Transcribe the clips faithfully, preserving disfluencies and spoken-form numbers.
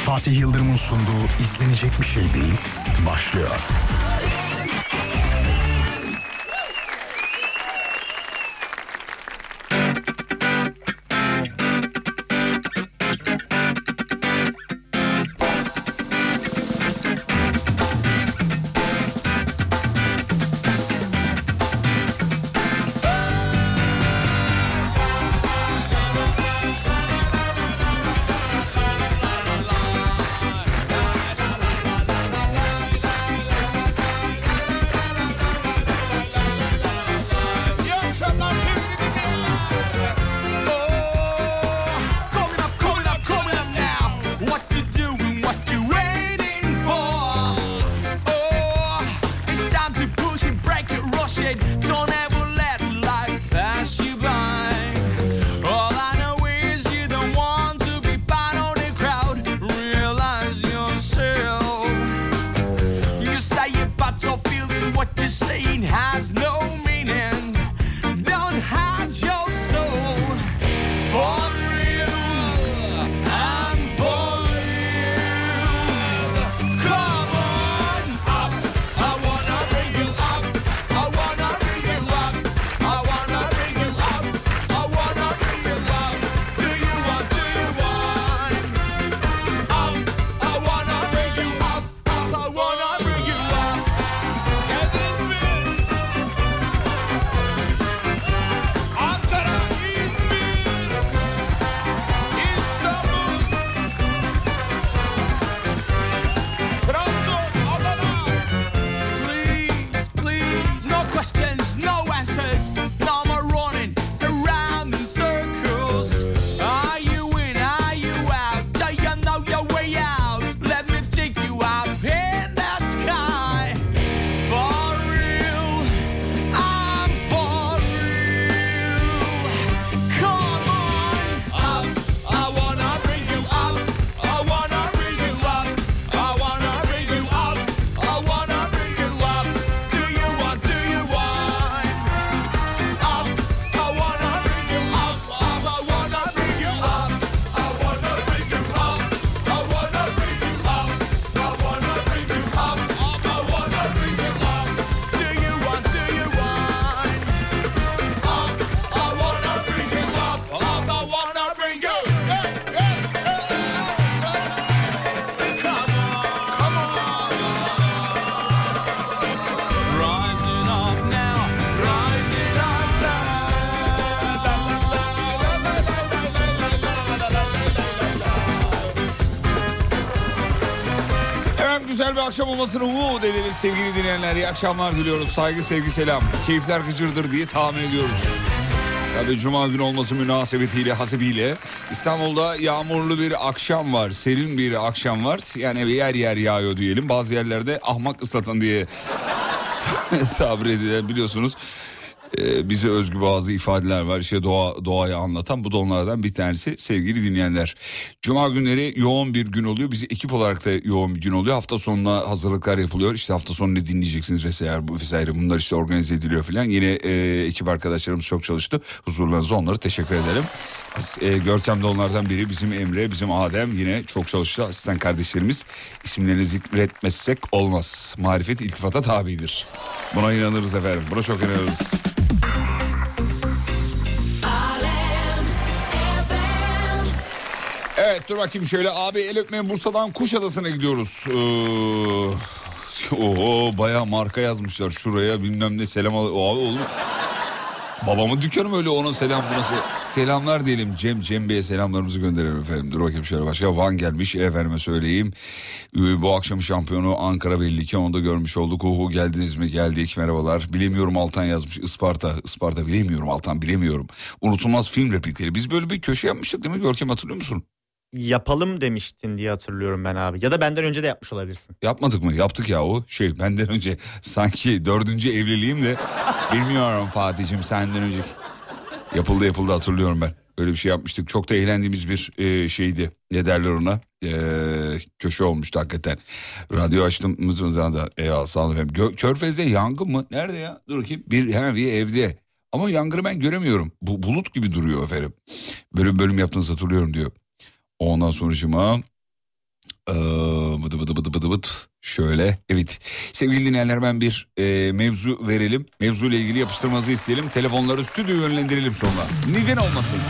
Fatih Yıldırım'ın sunduğu izlenecek bir şey değil başlıyor. Güzel bir akşam olmasını umut ederiz sevgili dinleyenler. İyi akşamlar diliyoruz. Saygı, sevgi, selam. Keyifler gıcırdır diye tahmin ediyoruz. Tabii Cuma günü olması münasebetiyle, hasebiyle İstanbul'da yağmurlu bir akşam var. Serin bir akşam var. Yani yer yer yağıyor diyelim. Bazı yerlerde ahmak ıslatan diye tabir edilen biliyorsunuz. Ee, bize özgü bazı ifadeler var. İşte doğa, doğayı anlatan, bu da onlardan bir tanesi sevgili dinleyenler. Cuma günleri yoğun bir gün oluyor. Bizi ekip olarak da yoğun bir gün oluyor. Hafta sonuna hazırlıklar yapılıyor. İşte hafta sonu ne dinleyeceksiniz vesaire, bu vesaire bunlar işte organize ediliyor filan. Yine e, ekip arkadaşlarımız çok çalıştı. Huzurlarınıza onları teşekkür edelim. E, Görkem de onlardan biri. Bizim Emre, bizim Adem yine çok çalıştı. Asistan kardeşlerimiz. İsimlerini zikretmezsek olmaz. Marifet iltifata tabidir. Buna inanırız efendim. Buna çok inanırız. Evet, dur bakayım şöyle abi, el öpmeye Bursa'dan Kuşadası'na gidiyoruz. Ee, ooo bayağı marka yazmışlar şuraya, bilmem ne, selam al. Abi oğlum, babamın dükkanı mı öyle, ona selam buna selam. Selamlar diyelim Cem, Cem Bey'e selamlarımızı gönderelim efendim. Dur bakayım şöyle, başka Van gelmiş efendime söyleyeyim. Ee, bu akşam şampiyonu Ankara belli ki, onu da görmüş olduk. Uhu, geldiniz mi? Geldik, merhabalar. Bilemiyorum Altan yazmış. Isparta, Isparta bilemiyorum Altan, bilemiyorum. Unutulmaz film replikleri. Biz böyle bir köşe yapmıştık değil mi Görkem, hatırlıyor musun? Yapalım demiştin diye hatırlıyorum ben abi. Ya da benden önce de yapmış olabilirsin. Yapmadık mı? Yaptık ya o şey, benden önce sanki dördüncü evliliğim de bilmiyorum Fatih'cim, senden önce yapıldı yapıldı hatırlıyorum ben. Öyle bir şey yapmıştık. Çok da eğlendiğimiz bir e, şeydi. Ne derler ona? E, köşe olmuştu hakikaten. Radyo açtım. Mızmızada. Eyvallah, sağ olun efendim. Gö- Körfez'de yangın mı? Nerede ya? Dur bakayım. Bir, hemen bir evde. Ama yangını ben göremiyorum. Bu bulut gibi duruyor efendim. Bölüm bölüm yaptığınızı hatırlıyorum diyor. Ondan sonracıma Ee, bıdı bıdı bıdı bıdı bıdı. Şöyle, evet. Sevgili dinleyenler, ben bir e, mevzu verelim. Mevzu ile ilgili yapıştırmanızı isteyelim. Telefonları stüdyoya yönlendirelim sonra. Neden olmasın?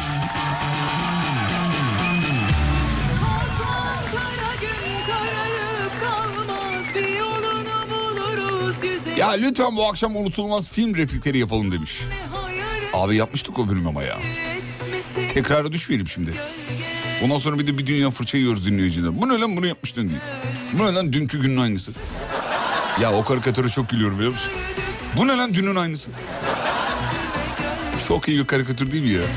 Ya lütfen bu akşam unutulmaz film replikleri yapalım demiş. Abi yapmıştık o bölüm ama ya. Tekrara düşmeyelim şimdi. Ondan sonra bir de bir dünya fırça yiyoruz dinleyiciler. Bu ne lan, bunu yapmıştın diye. Bu ne lan, dünkü günün aynısı. Ya o karikatüre çok gülüyorum biliyor musun? Bu ne lan, dünün aynısı. Çok iyi bir karikatür değil mi ya?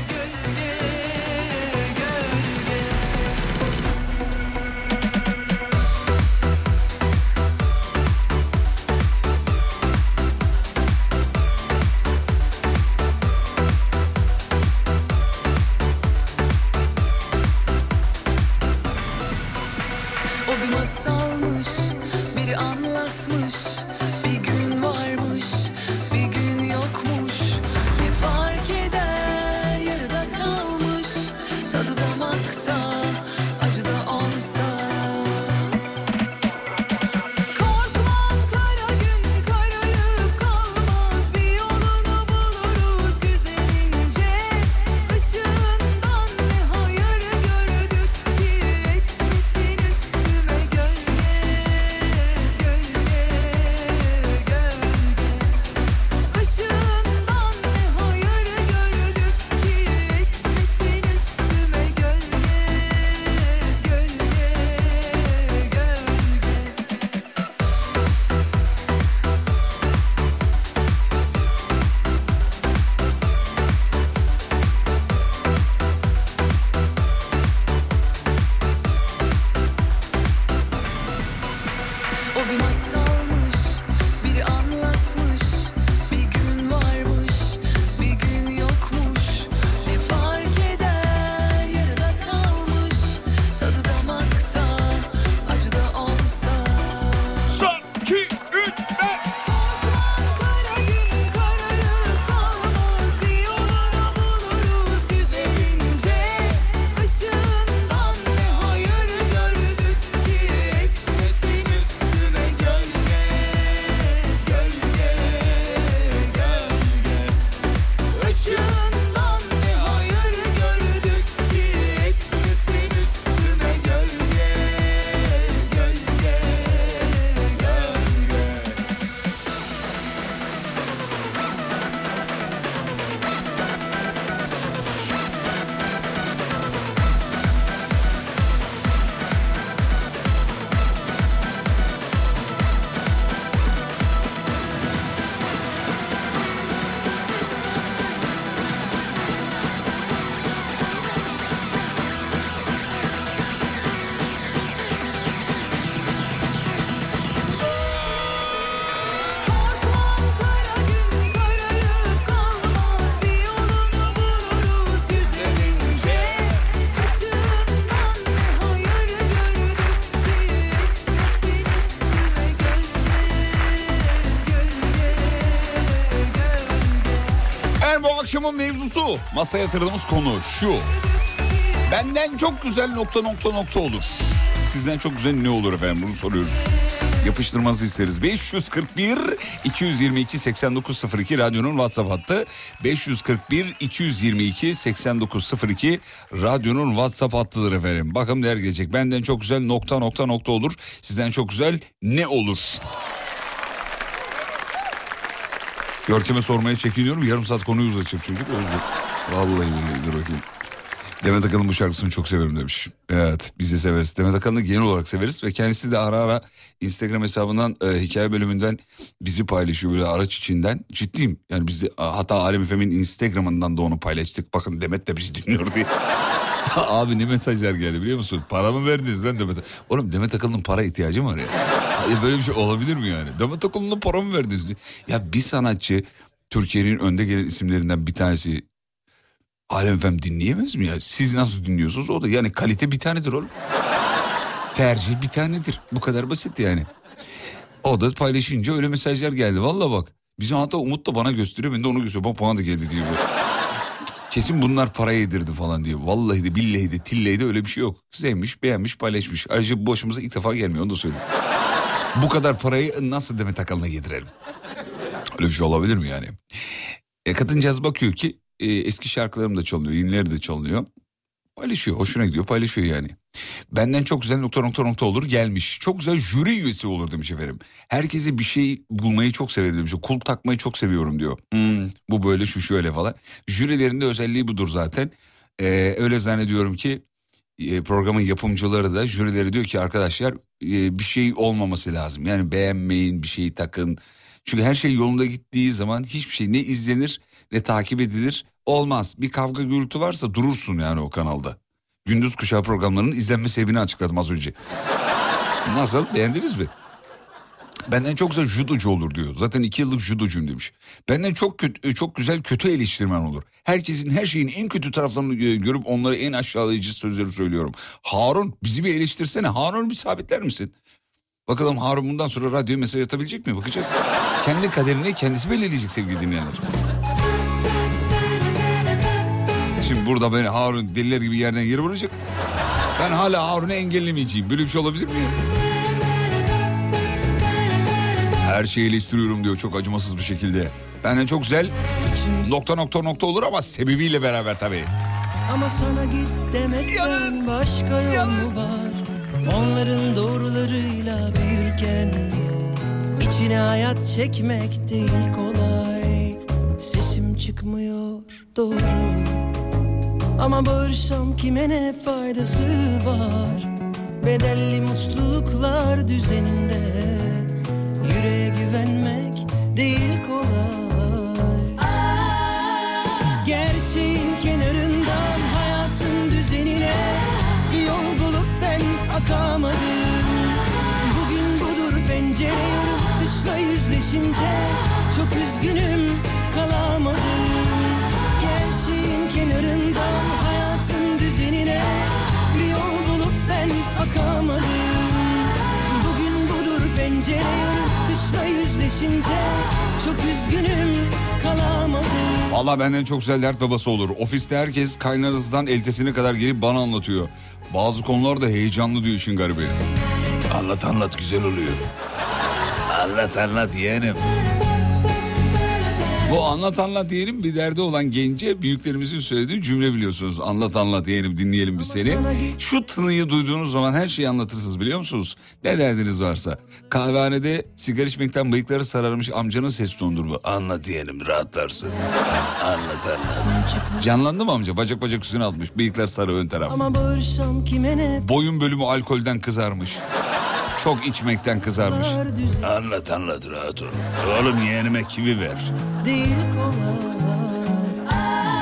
Akşamın mevzusu, masaya yatırdığımız konu şu: benden çok güzel nokta nokta nokta olur. Sizden çok güzel ne olur efendim, bunu soruyoruz. Yapıştırmanızı isteriz. beş yüz kırk bir iki yüz yirmi iki seksen dokuz sıfır iki radyonun WhatsApp hattı. beş yüz kırk bir iki yüz yirmi iki seksen dokuz sıfır iki radyonun WhatsApp hattıdır efendim. Bakın neler gelecek. Benden çok güzel nokta nokta nokta olur. Sizden çok güzel ne olur? Görkem'e sormaya çekiniyorum. Yarım saat konuyu uzatacak çünkü. Vallahi billahi, dur bakayım. Demet Akalın bu şarkısını çok severim demiş. Evet, biz de severiz. Demet Akalın'ı genel olarak severiz ve kendisi de ara ara Instagram hesabından e, hikaye bölümünden bizi paylaşıyor böyle araç içinden. Ciddiyim. Yani biz de, hatta Alem Efem'in Instagram'ından da onu paylaştık. Bakın Demet de bizi dinliyor diye. Abi ne mesajlar geldi biliyor musun? Para mı verdiniz lan Demet? Oğlum Demet Akalın'ın para ihtiyacı mı var ya? Ya böyle bir şey olabilir mi yani? Demet Akalın'ın para mı verdiniz diye. Ya bir sanatçı Türkiye'nin önde gelen isimlerinden bir tanesi Alem Efem dinleyemez mi ya? Siz nasıl dinliyorsunuz o da, yani kalite bir tanedir oğlum. Tercih bir tanedir. Bu kadar basit yani. O da paylaşınca öyle mesajlar geldi. Vallahi bak. Bizim hatta Umut da bana gösteriyor, ben de onu gösteriyorum. Bak bana da geldi diyor. Kesin bunlar para yedirdi falan diyor. Vallahi de billahi de tillahi de öyle bir şey yok. Sevmiş, beğenmiş, paylaşmış. Ayrıca bu başımıza ilk defa gelmiyor, onu da söyleyeyim. Bu kadar parayı nasıl Demet Akalın'a yedirelim? Öyle bir şey olabilir mi yani? E, kadıncağız bakıyor ki e, eski şarkılarım da çalınıyor, yenileri de çalınıyor. Paylaşıyor, hoşuna gidiyor, paylaşıyor yani. Benden çok güzel nokta nokta nokta olur gelmiş. Çok güzel jüri üyesi olur demiş efendim. Herkese bir şey bulmayı çok severim demiş. Kulp takmayı çok seviyorum diyor. Hmm, bu böyle şu şöyle falan. Jürilerin de özelliği budur zaten. Ee, öyle zannediyorum ki e, programın yapımcıları da jürileri diyor ki arkadaşlar e, bir şey olmaması lazım. Yani beğenmeyin, bir şeyi takın. Çünkü her şey yolunda gittiği zaman hiçbir şey ne izlenir ne takip edilir olmaz. Bir kavga gürültü varsa durursun yani o kanalda. Gündüz kuşağı programlarının izlenme sebebini açıkladım az önce. Nasıl, beğendiniz mi? Benden çok güzel judocu olur diyor. Zaten iki yıllık judocuyum demiş. Benden çok kötü, çok güzel kötü eleştirmen olur. Herkesin her şeyin en kötü taraflarını görüp onlara en aşağılayıcı sözleri söylüyorum. Harun bizi bir eleştirsene. Harun bir sabitler misin? Bakalım Harun bundan sonra radyoya mesaj atabilecek mi? Bakacağız. Kendi kaderini kendisi belirleyecek sevgili dinleyenler. Şimdi burada beni Harun deliler gibi yerden yere vuracak. Ben hala Harun'u engellemeyeceğim. Böyle bir şey olabilir mi? Her şeyi eleştiriyorum diyor çok acımasız bir şekilde. Benden çok güzel nokta nokta nokta olur ama sebebiyle beraber tabii. Ama sana git demekten başka yol mu var? Onların doğrularıyla büyürken içine hayat çekmek değil kolay. Sesim çıkmıyor doğru, ama bağırsam kime ne faydası var? Bedelli mutluluklar düzeninde yüreğe güvenmek değil kolay. Gerçeğin kenarından hayatın düzenine yol bulup ben akamadım. Bugün budur pencere yarıp kışla yüzleşince çok üzgünüm kalamadım. Gerçeğin kenarından hayatın düzenine bir yol bulup ben akamadım. Bugün budur pencere yarıp kışla yüzleşince çok üzgünüm kalamadım. Vallahi benden çok güzel dert babası olur. Ofiste herkes kaynanasından eltesine kadar gelip bana anlatıyor. Bazı konular da heyecanlı diyor işin garibi. Anlat anlat güzel oluyor. Anlat anlat yeğenim. Bu anlat anlat diyelim bir derdi olan gence büyüklerimizin söylediği cümle biliyorsunuz. Anlat anlat diyelim dinleyelim biz seni. Şu tınıyı duyduğunuz zaman her şeyi anlatırsınız biliyor musunuz? Ne derdiniz varsa. Kahvehanede sigara içmekten bıyıkları sararmış amcanın ses tonudur bu. Anlat diyelim rahatlarsın. Anlat anlat. Canlandı mı amca? Bacak bacak üstüne atmış. Bıyıklar sarı ön taraf. Ama bağırsam kime ne? Boyun bölümü alkolden kızarmış. Çok içmekten kızarmış. Anlat anlat rahat ol. Oğlum yeğenime kivi ver. Değil kolay.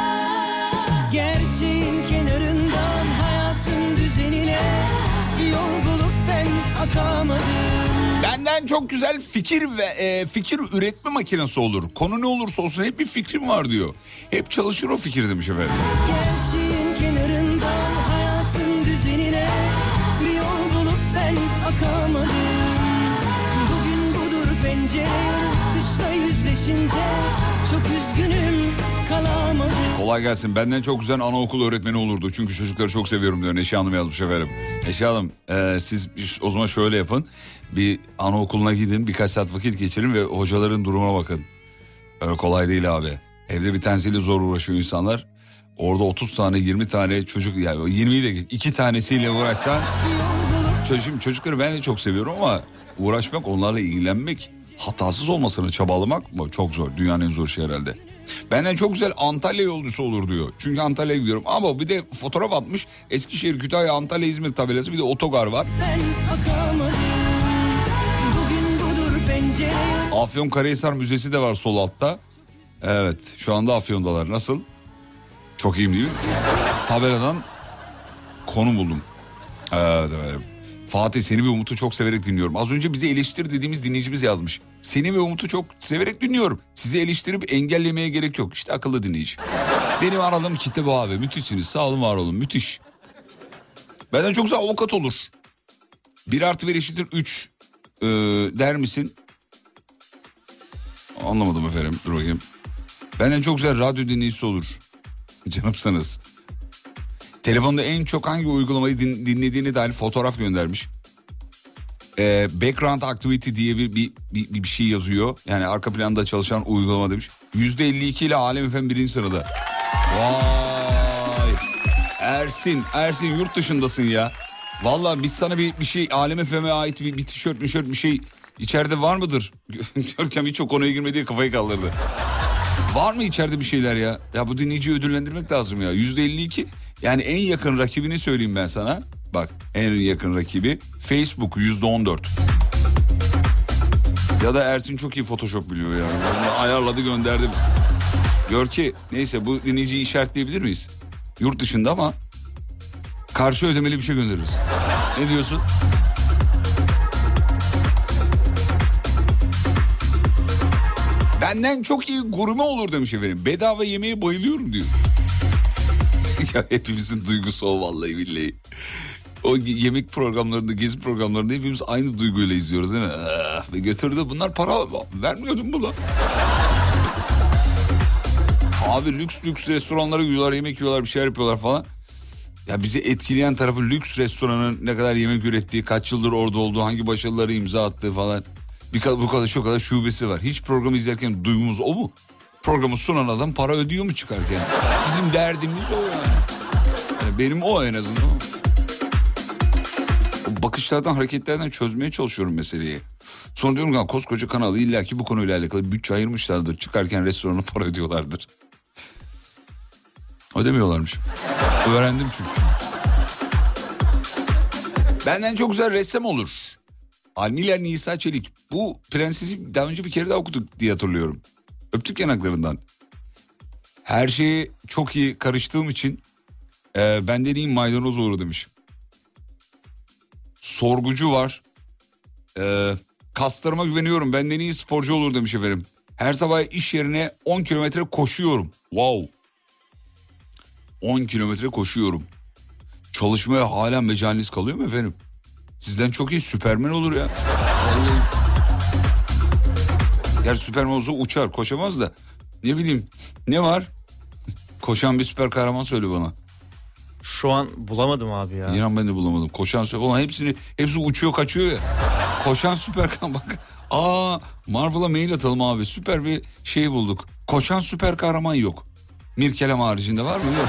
Gerçeğin kenarından hayatın düzenine yol bulup ben akamadım. Benden çok güzel fikir ve e, fikir üretme makinesi olur. Konu ne olursa olsun hep bir fikrim var diyor. Hep çalışır o fikir demiş efendim. Gerçeğin kenarından hayatın düzenine bir yol bulup ben akamadım. Bugün budur pencere yarıp kışla yüzleşince çok üzgünüm kalamadım. Kolay gelsin. Benden çok güzel anaokul öğretmeni olurdu. Çünkü çocukları çok seviyorum diyor. Neşe Hanım yazmış efendim. Neşe Hanım e, siz o zaman şöyle yapın. Bir anaokuluna gidin, birkaç saat vakit geçirin ve hocaların durumuna bakın. Öyle kolay değil abi. Evde bir tanesiyle zor uğraşıyor insanlar. Orada otuz tane yirmi tane çocuk, yani yirmiyi de iki tanesiyle uğraşsan. Şimdi çocukları ben de çok seviyorum ama uğraşmak, onlarla ilgilenmek, hatasız olmasını çabalamak mı çok zor. Dünyanın en zor şey herhalde. Benden çok güzel Antalya yolcusu olur diyor. Çünkü Antalya'ya gidiyorum. Ama bir de fotoğraf atmış. Eskişehir, Kütahya, Antalya, İzmir tabelası, bir de otogar var. Ben akamadım. Bugün budur pencere. Afyonkarahisar Müzesi de var sol altta. Evet, şu anda Afyon'dalar. Nasıl? Çok iyiyim değil mi? Tabeladan konu buldum. Evet, evet. Fatih, seni ve Umut'u çok severek dinliyorum. Az önce bize eleştir dediğimiz dinleyicimiz yazmış. Seni ve Umut'u çok severek dinliyorum. Sizi eleştirip engellemeye gerek yok. İşte akıllı dinleyici. Benim aradığım kitle bu abi. Müthişsiniz. Sağ olun, var olun. Müthiş. Benden çok güzel avukat olur. Bir artı bir eşittir üç ee, der misin? Anlamadım efendim. Dur bakayım. Benden çok güzel radyo dinleyicisi olur. Canımsınız. Telefonda en çok hangi uygulamayı din, dinlediğine dair fotoğraf göndermiş. Ee, background activity diye bir, bir, bir, bir şey yazıyor. Yani arka planda çalışan uygulama demiş. yüzde elli iki ile Alem F M birinci sırada. Vay. Ersin, Ersin yurt dışındasın ya. Vallahi biz sana bir, bir şey Alem F M'e ait bir, bir tişört, tişört bir şey içeride var mıdır? Görkem hiç o konuya girmediği kafayı kaldırdı. Var mı içeride bir şeyler ya? Ya bu dinleyiciyi ödüllendirmek lazım ya. yüzde elli iki. Yani en yakın rakibini söyleyeyim ben sana. Bak en yakın rakibi Facebook yüzde on dört. Ya da Ersin çok iyi Photoshop biliyor yani. Onu ayarladı gönderdi. Gör ki neyse bu dinleyiciyi işaretleyebilir miyiz? Yurt dışında ama karşı ödemeli bir şey göndeririz. Ne diyorsun? Benden çok iyi gurme olur demiş efendim. Bedava yemeğe bayılıyorum diyor. Ya hepimizin duygusu o vallahi billahi. O yemek programlarında, gezi programlarında hepimiz aynı duyguyla izliyoruz değil mi? Ah, ve götürdü bunlar para vermiyordum bu lan. Abi lüks lüks restoranlara gidiyorlar, yemek yiyorlar, bir şeyler yapıyorlar falan. Ya bizi etkileyen tarafı lüks restoranın ne kadar yemek ürettiği, kaç yıldır orada olduğu, hangi başarıları imza attığı falan. Bir kadar, bu kadar çok kadar şubesi var. Hiç programı izlerken duygumuz o mu? Programı sunan adam para ödüyor mu çıkarken? Bizim derdimiz o yani. Yani benim o en azından. O bakışlardan, hareketlerden çözmeye çalışıyorum meseleyi. Sonra diyorum ki koskoca kanalı illaki bu konuyla alakalı bütçe ayırmışlardır. Çıkarken restorana para ödüyorlardır. Ödemiyorlarmış. Öğrendim çünkü. Benden çok güzel ressam olur. Almiler Nisa Çelik. Bu prensesi daha önce bir kere daha okuduk diye hatırlıyorum. Öptük yanaklarından. Her şeyi çok iyi karıştığım için e, benden iyi maydanoz olur demiş. Sorgucu var. E, kaslarıma güveniyorum. Benden iyi sporcu olur demiş efendim. Her sabah iş yerine on kilometre koşuyorum. Wow. on kilometre koşuyorum. Çalışmaya halen mecaliniz kalıyor mu efendim? Sizden çok iyi Süpermen olur ya. Vallahi. Gerçi Süpermen olsa uçar, koşamaz da. Ne bileyim, ne var? Koşan bir süper kahraman söyle bana. Şu an bulamadım abi ya. İnan ben de bulamadım. Koşan süper olan hepsini hepsi uçuyor kaçıyor ya. Koşan süper kahraman bak. Aa, Marvel'a mail atalım abi. Süper bir şey bulduk. Koşan süper kahraman yok. Mirkelem haricinde var mı? Yok.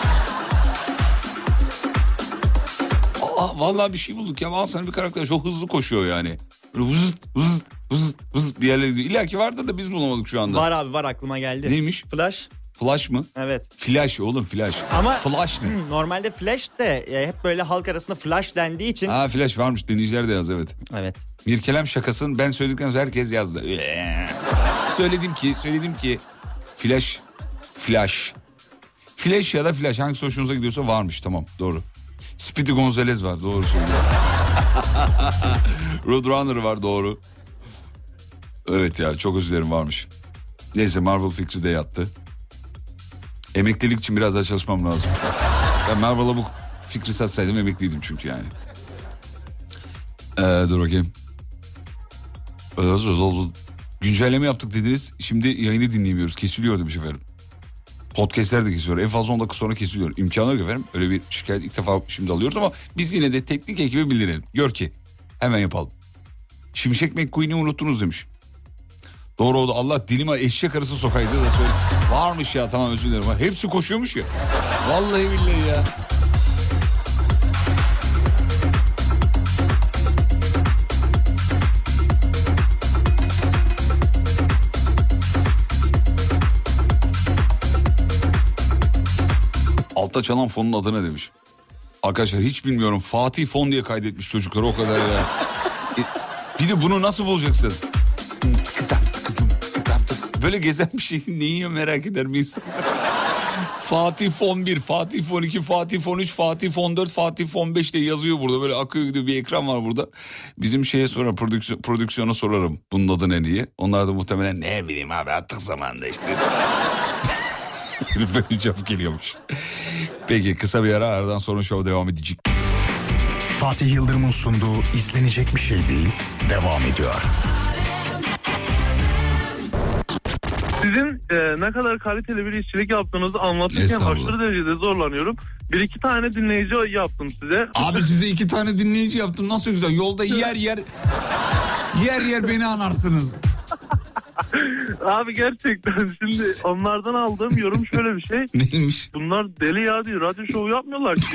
Aa, vallahi bir şey bulduk ya. Al sana bir karakter çok hızlı koşuyor yani. Böyle vızıt vızıt vızıt vızıt bir yerlere gidiyor. İlla ki vardı da biz bulamadık şu anda. Var abi var, aklıma geldi. Neymiş? Flash. Flash mı? Evet. Flash oğlum flash. Ama Flash ne? Normalde Flash de e, hep böyle halk arasında Flash dendiği için. Ha Flash varmış, dinleyiciler de yaz evet. Evet. Mirkelem şakasını ben söyledikten sonra herkes yazdı. söyledim ki söyledim ki Flash Flash Flash ya da Flash hangisi hoşunuza gidiyorsa varmış, tamam doğru. Speedy Gonzalez var, doğru söylüyor. Roadrunner var, doğru. Evet ya, çok özür dilerim, varmış. Neyse, Marvel fikri de yattı. Emeklilik için biraz daha çalışmam lazım. Ben Marvel'a bu fikri satsaydım emekliydim çünkü yani. Ee, dur bakayım. Güncelleme yaptık dediniz. Şimdi yayını dinleyemiyoruz. Kesiliyor demiş efendim. Podcastler de kesiyor. En fazla on dakika sonra kesiliyor. İmkanı yok efendim. Öyle bir şikayet ilk defa şimdi alıyoruz ama biz yine de teknik ekibe bildirelim. Gör ki hemen yapalım. Şimşek McQueen'i unuttunuz demiş. Doğru oldu. Allah dilime eşek arısı sokaydı da söyle. Varmış ya, tamam özür dilerim. Hepsi koşuyormuş ya. Vallahi billahi ya. Altta çalan fonun adı ne demiş. Arkadaşlar hiç bilmiyorum. Fatih Fon diye kaydetmiş çocuklar, o kadar ya. e, bir de bunu nasıl bulacaksın? Böyle gezen bir şeyin neyi merak eder bir insan. Fatih Fon bir, Fatih Fon iki, Fatih Fon üç, Fatih Fon dört, Fatih Fon beş diye yazıyor burada. Böyle akıyor gidiyor, bir ekran var burada. Bizim şeye sonra prodüksiyon, prodüksiyona sorarım bunun adı ne diye. Onlar da muhtemelen ne bileyim abi attık zamanında işte. Böyle cevap geliyormuş. Peki kısa bir ara, aradan sonra show devam edecek. Fatih Yıldırım'ın sunduğu izlenecek bir şey değil devam ediyor. Sizin e, ne kadar kaliteli bir işçilik yaptığınızı anlatırken aşırı derecede zorlanıyorum. Bir iki tane dinleyici yaptım size. Abi size iki tane dinleyici yaptım, nasıl güzel. Yolda yer yer yer yer beni anarsınız. Abi gerçekten şimdi onlardan aldığım yorum şöyle bir şey. Neymiş? Bunlar deli ya diyor. Radyo şovu yapmıyorlar ki.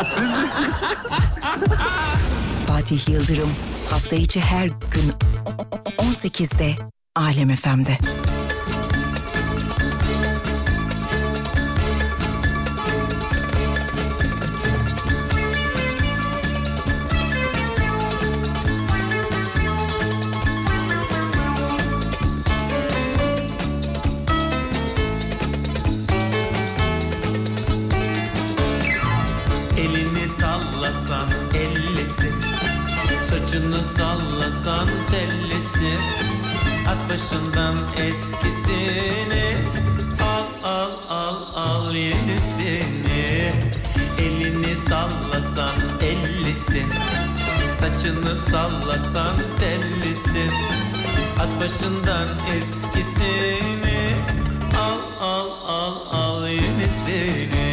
Fatih Yıldırım hafta içi her gün on sekizde Alem F M'de. Elini sallasan ellisi, saçını sallasan tellisi, at başından eskisini, al al al al yenisini. Elini sallasan ellisi, saçını sallasan tellisi, at başından eskisini, al al al al yenisini.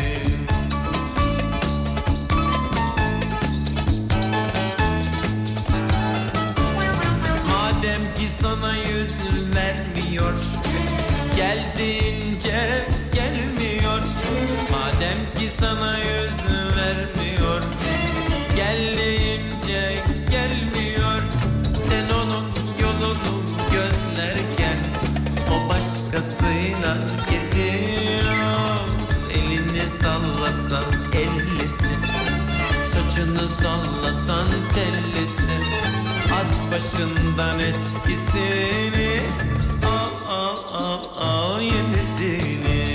Sana yüz vermiyor, geldiğince gelmiyor. Madem ki sana yüz vermiyor, geldiğince gelmiyor. Sen onun yolunu gözlerken o başkasıyla geziyor. Elini sallasan ellisi, saçını sallasan tellisi, at başından eskisini, al al al al yenisini.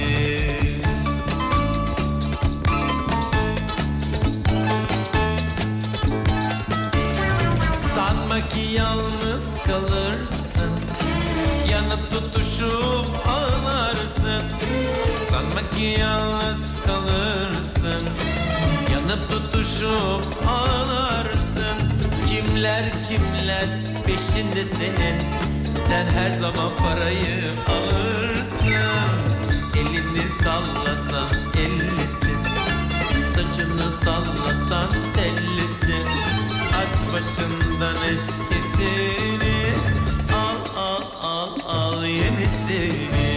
Sanma ki yalnız kalırsın, yanıp tutuşup ağlarsın. Sanma ki yalnız kalırsın, yanıp tutuşup ağlarsın. Kimler kimler peşinde senin, sen her zaman parayı alırsın. Elini sallasan ellisi, saçını sallasan tellisi, at başından eskisini, al al al al yenisini.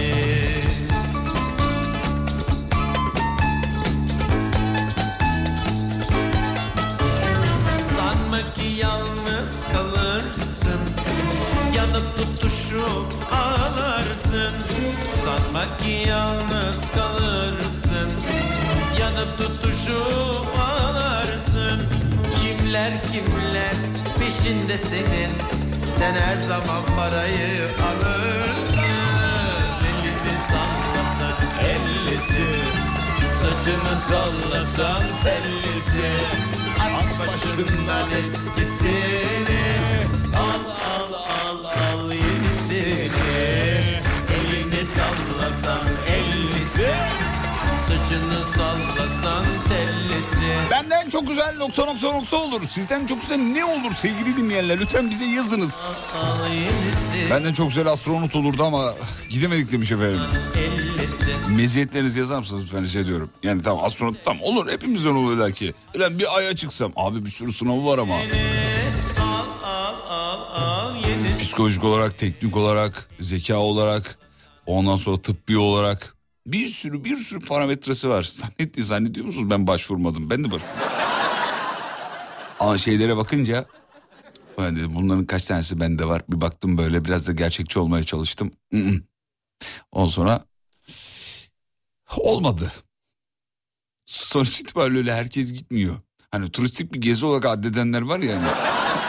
Sanma ki yalnız kalırsın, yanıp tutuşup ağlarsın. Sanma ki yalnız kalırsın, yanıp tutuşup ağlarsın. Kimler kimler peşinde senin, sen her zaman parayı alırsın. Elini sallasan ellisi, saçını sallasan tellisi, at başından eskisini, al al al al yenisini. Elini sallasan ellisi, saçını sallasan tellisi. Benden çok güzel nokta nokta nokta olur. Sizden çok güzel ne olur sevgili dinleyenler? Lütfen bize yazınız. Al yenisi. Benden çok güzel astronot olurdu ama gidemedik demiş efendim. Meziyetlerinizi yazar mısınız lütfen, rica ediyorum. Yani tamam astronot tamam olur, hepimizden oluyorlar ki. Ulan bir aya çıksam abi, bir sürü sınavı var ama. Al al al al yenisi. Psikolojik olarak, teknik olarak, zeka olarak, ondan sonra tıbbi olarak bir sürü bir sürü parametresi var. Zannetti, zannediyor musunuz ben başvurmadım? Ben de var. Ama şeylere bakınca ben dedim, bunların kaç tanesi bende var. Bir baktım böyle, biraz da gerçekçi olmaya çalıştım. Ondan sonra olmadı. Sonuç itibariyle öyle herkes gitmiyor. Hani turistik bir gezi olarak addedenler var ya. Yani.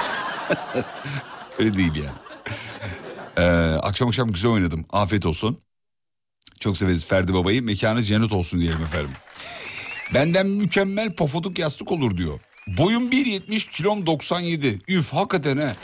Öyle değil yani. Ee, akşam akşam güzel oynadım. Afiyet olsun. Çok severiz Ferdi Baba'yı. Mekanı cennet olsun diyelim efendim. Benden mükemmel pofuduk yastık olur diyor. Boyum bir yetmiş, kilom doksan yedi. Üf hakikaten he.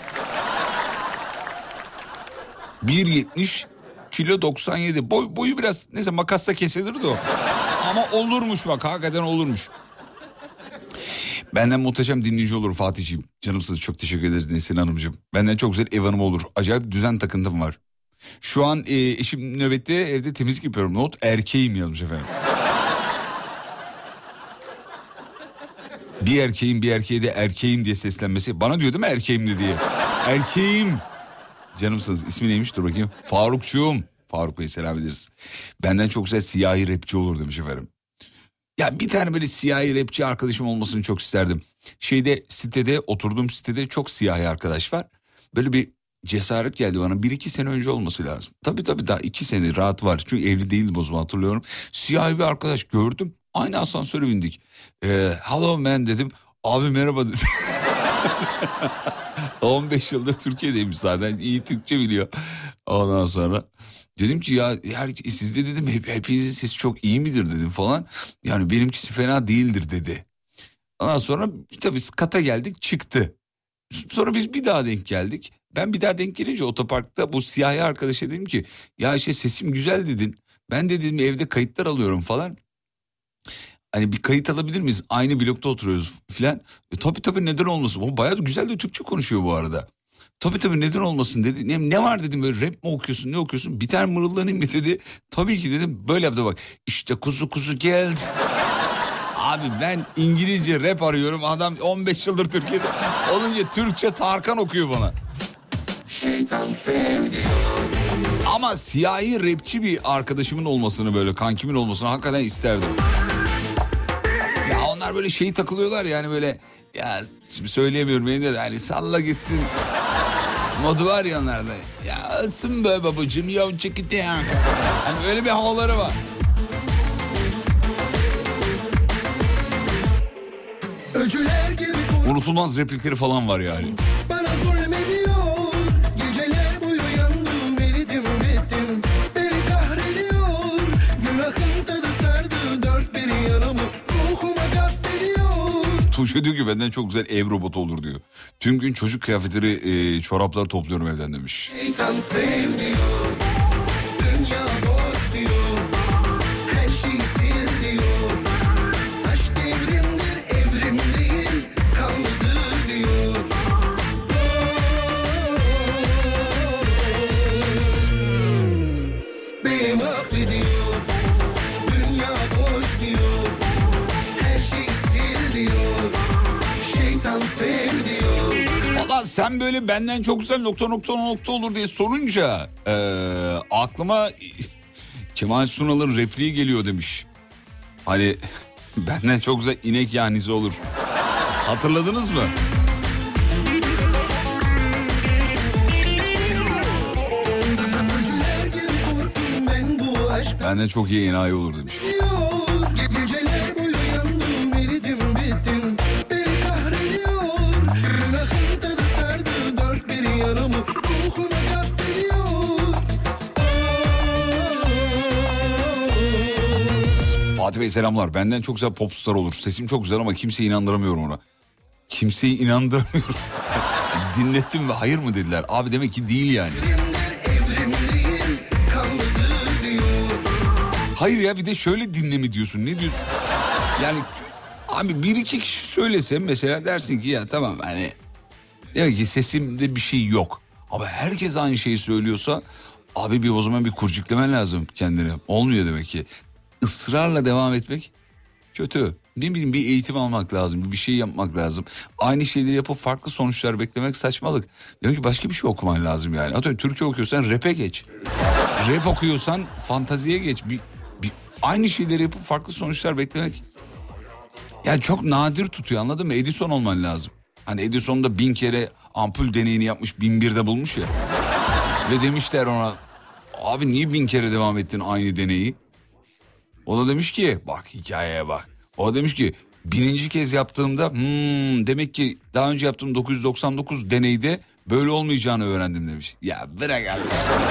bir yetmiş, kilo doksan yedi. Boy, boyu biraz neyse makasla kesilir de o. Ama olurmuş bak, hakikaten olurmuş. Benden muhteşem dinleyici olur Fatih'ciğim. Canımsınız, çok teşekkür ederiz Nesin Hanımcığım. Benden çok güzel ev hanımı olur. Acayip düzen takıntım var. Şu an e, eşim nöbette, evde temizlik yapıyorum. Not erkeğim yazmış efendim. Bir erkeğin bir erkeğe de erkeğim diye seslenmesi. Bana diyor değil mi erkeğim de diye. Erkeğim. Canımsınız, ismi neymiş dur bakayım. Farukçuğum. Faruk Bey selam ederiz. Benden çok güzel siyahi rapçi olur demiş efendim. Ya bir tane böyle siyahi rapçi arkadaşım olmasını çok isterdim. Şeyde sitede, oturduğum sitede çok siyahi arkadaş var. Böyle bir cesaret geldi bana. Bir iki sene önce olması lazım. Tabii tabii daha iki sene rahat var. Çünkü evli değildim o zaman, hatırlıyorum. Siyahi bir arkadaş gördüm. Aynı asansöre bindik. Ee, hello man dedim. Abi merhaba dedim. on beş yıldır Türkiye'deymiş zaten. İyi Türkçe biliyor. Ondan sonra dedim ki ya her, sizde dedim hep, hepinizin sesi çok iyi midir dedim falan. Yani benimkisi fena değildir dedi. Ondan sonra tabii kata geldik, çıktı. Sonra biz bir daha denk geldik. Ben bir daha denk gelince otoparkta bu siyahi arkadaşa dedim ki ya şey sesim güzel dedin. Ben de dedim evde kayıtlar alıyorum falan. Hani bir kayıt alabilir miyiz? Aynı blokta oturuyoruz falan. E, tabii tabii neden olmasın? O bayağı güzel de Türkçe konuşuyor bu arada. Tabii tabii neden olmasın dedi. Ne, ne var dedim, böyle rap mi okuyorsun, ne okuyorsun? Bir tane mırıldanayım mı dedi. Tabii ki dedim, böyle yaptı bak. İşte kuzu kuzu geldi. Abi ben İngilizce rap arıyorum. Adam on beş yıldır Türkiye'de olunca Türkçe Tarkan okuyor bana. Ama siyahi rapçi bir arkadaşımın olmasını, böyle kankimin olmasını hakikaten isterdim. Ya onlar böyle şeyi takılıyorlar yani, böyle ya şimdi söyleyemiyorum benim de, yani salla gitsin modu var ya onlarda. Ya ısın be babacığım ya çekiti ya. Hani öyle bir havaları var. Unutulmaz replikleri falan var yani. Bana zulmediyor, geceler boyu yandım, eridim bittim, beni kahrediyor, günahın tadı sardı dört bir yanımı, ruhuma gasp ediyor. Tuğçe diyor ki benden çok güzel ev robotu olur diyor. Tüm gün çocuk kıyafetleri, e, çorapları topluyorum evden demiş. Şeytan sev diyor, dünya boş diyor, her şeyi sil diyor, aşk evrimdir evrim değil, kanlıdır diyor. Beni mahvediyor, dünya boş diyor, her şeyi sil diyor, şeytan sev diyor. Valla sen böyle benden çok güzel nokta nokta nokta olur diye sorunca e, aklıma Kemal Sunal'ın repliği geliyor demiş. Hani benden çok güzel inek yanisi olur. Hatırladınız mı? Öcüler gibi korktum ben bu aşktan. Benden çok iyi enayi olur demiş. Geceler boyu yandım, eridim bittim, beni kahrediyor, günahın tadı sardı dört bir yanımı, ruhuma gasp ediyor. Fatih Bey selamlar. Benden çok güzel popstar olur. Sesim çok güzel ama kimseyi inandıramıyorum ona. Kimseyi inandıramıyorum. Dinlettim ve hayır mı dediler. Abi demek ki değil yani. Evrim değil, kanlıdır diyor. Hayır ya, bir de şöyle dinle mi diyorsun, ne diyorsun? Yani abi bir iki kişi söylese mesela dersin ki ya tamam hani demek ki sesimde bir şey yok. Ama herkes aynı şeyi söylüyorsa abi bir o zaman bir kurcuklemen lazım kendine. Olmuyor demek ki. Israrla devam etmek kötü. Ne bileyim bir eğitim almak lazım, bir şey yapmak lazım. Aynı şeyleri yapıp farklı sonuçlar beklemek saçmalık. Demek ki başka bir şey okuman lazım yani. Atıyorum Türkçe okuyorsan rap'e geç. Rap okuyorsan fantaziye geç. Bir, bir, aynı şeyleri yapıp farklı sonuçlar beklemek yani çok nadir tutuyor, anladın mı? Edison olman lazım. Hani Edison da bin kere ampul deneyini yapmış, bin birde bulmuş ya. Ve demişler ona abi niye bin kere devam ettin aynı deneyi? O da demiş ki bak hikayeye bak. O demiş ki bininci kez yaptığımda hmm, demek ki daha önce yaptığım dokuz yüz doksan dokuz deneyde böyle olmayacağını öğrendim demiş. Ya bırak abi.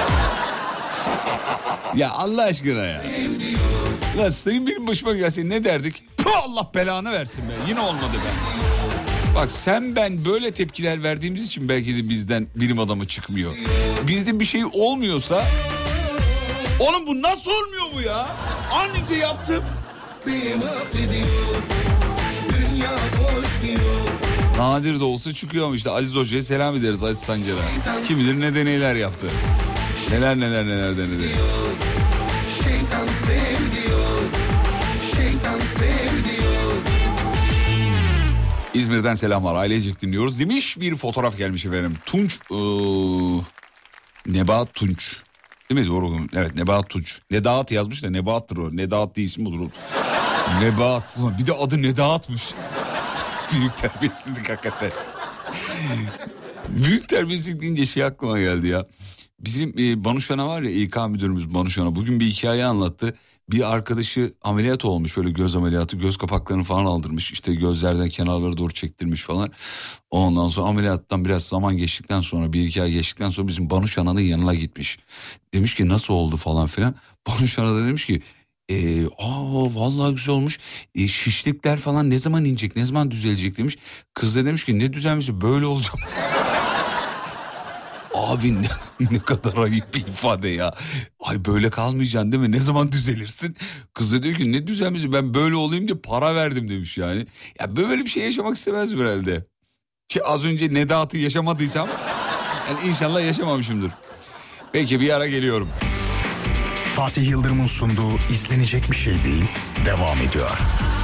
Ya Allah aşkına ya. Ya senin benim başıma gelse ne derdik? Puh, Allah belanı versin be. Yine olmadı be. Bak sen ben böyle tepkiler verdiğimiz için belki de bizden bilim adamı çıkmıyor. Bizde bir şey olmuyorsa oğlum bu nasıl olmuyor bu ya? Anca yaptım. Beni mahvediyor, dünya boş diyor. Nadir de olsa çıkıyor ama işte Aziz Hoca'ya selam ederiz, Aziz Sancar'a. Kim bilir ne deneyler yaptı. Neler neler neler denedi. Şeytan sev diyor. Şeytan sev diyor. İzmir'den selamlar, ailecek dinliyoruz demiş, bir fotoğraf gelmiş efendim. Tunç, ee, Nebahat Tunç. Değil mi? Doğru. Evet, Nebahat Tunç. Nedahat yazmış da Nebahat'tır o. Nedahat diye isim olur. Nebahat. Bir de adı Nedahat'mış. Büyük terbiyesizlik hakikaten. Büyük terbiyesizlik deyince şey aklıma geldi ya. Bizim e, Banuşan'a var ya, İK müdürümüz Banuşan'a bugün bir hikaye anlattı. Bir arkadaşı ameliyat olmuş, böyle göz ameliyatı, göz kapaklarını falan aldırmış. İşte gözlerden kenarları doğru çektirmiş falan. Ondan sonra ameliyattan biraz zaman geçtikten sonra, bir iki ay geçtikten sonra bizim Banuşan'ın yanına gitmiş. Demiş ki nasıl oldu falan filan. Banuşan'a da demiş ki e, aa vallahi güzel olmuş. E, şişlikler falan ne zaman inecek, ne zaman düzelecek demiş. Kız da demiş ki ne düzelmiş, böyle olacak. Abi ne, ne kadar ayıp bir ifade ya. Ay böyle kalmayacaksın değil mi? Ne zaman düzelirsin? Kız da diyor ki ne düzelmesi, ben böyle olayım diye para verdim demiş yani. Ya böyle bir şey yaşamak istemezdim herhalde. Ki az önce Nedahat'ı yaşamadıysam yani inşallah yaşamamışımdır. Peki bir ara geliyorum. Fatih Yıldırım'ın sunduğu izlenecek bir şey değil devam ediyor.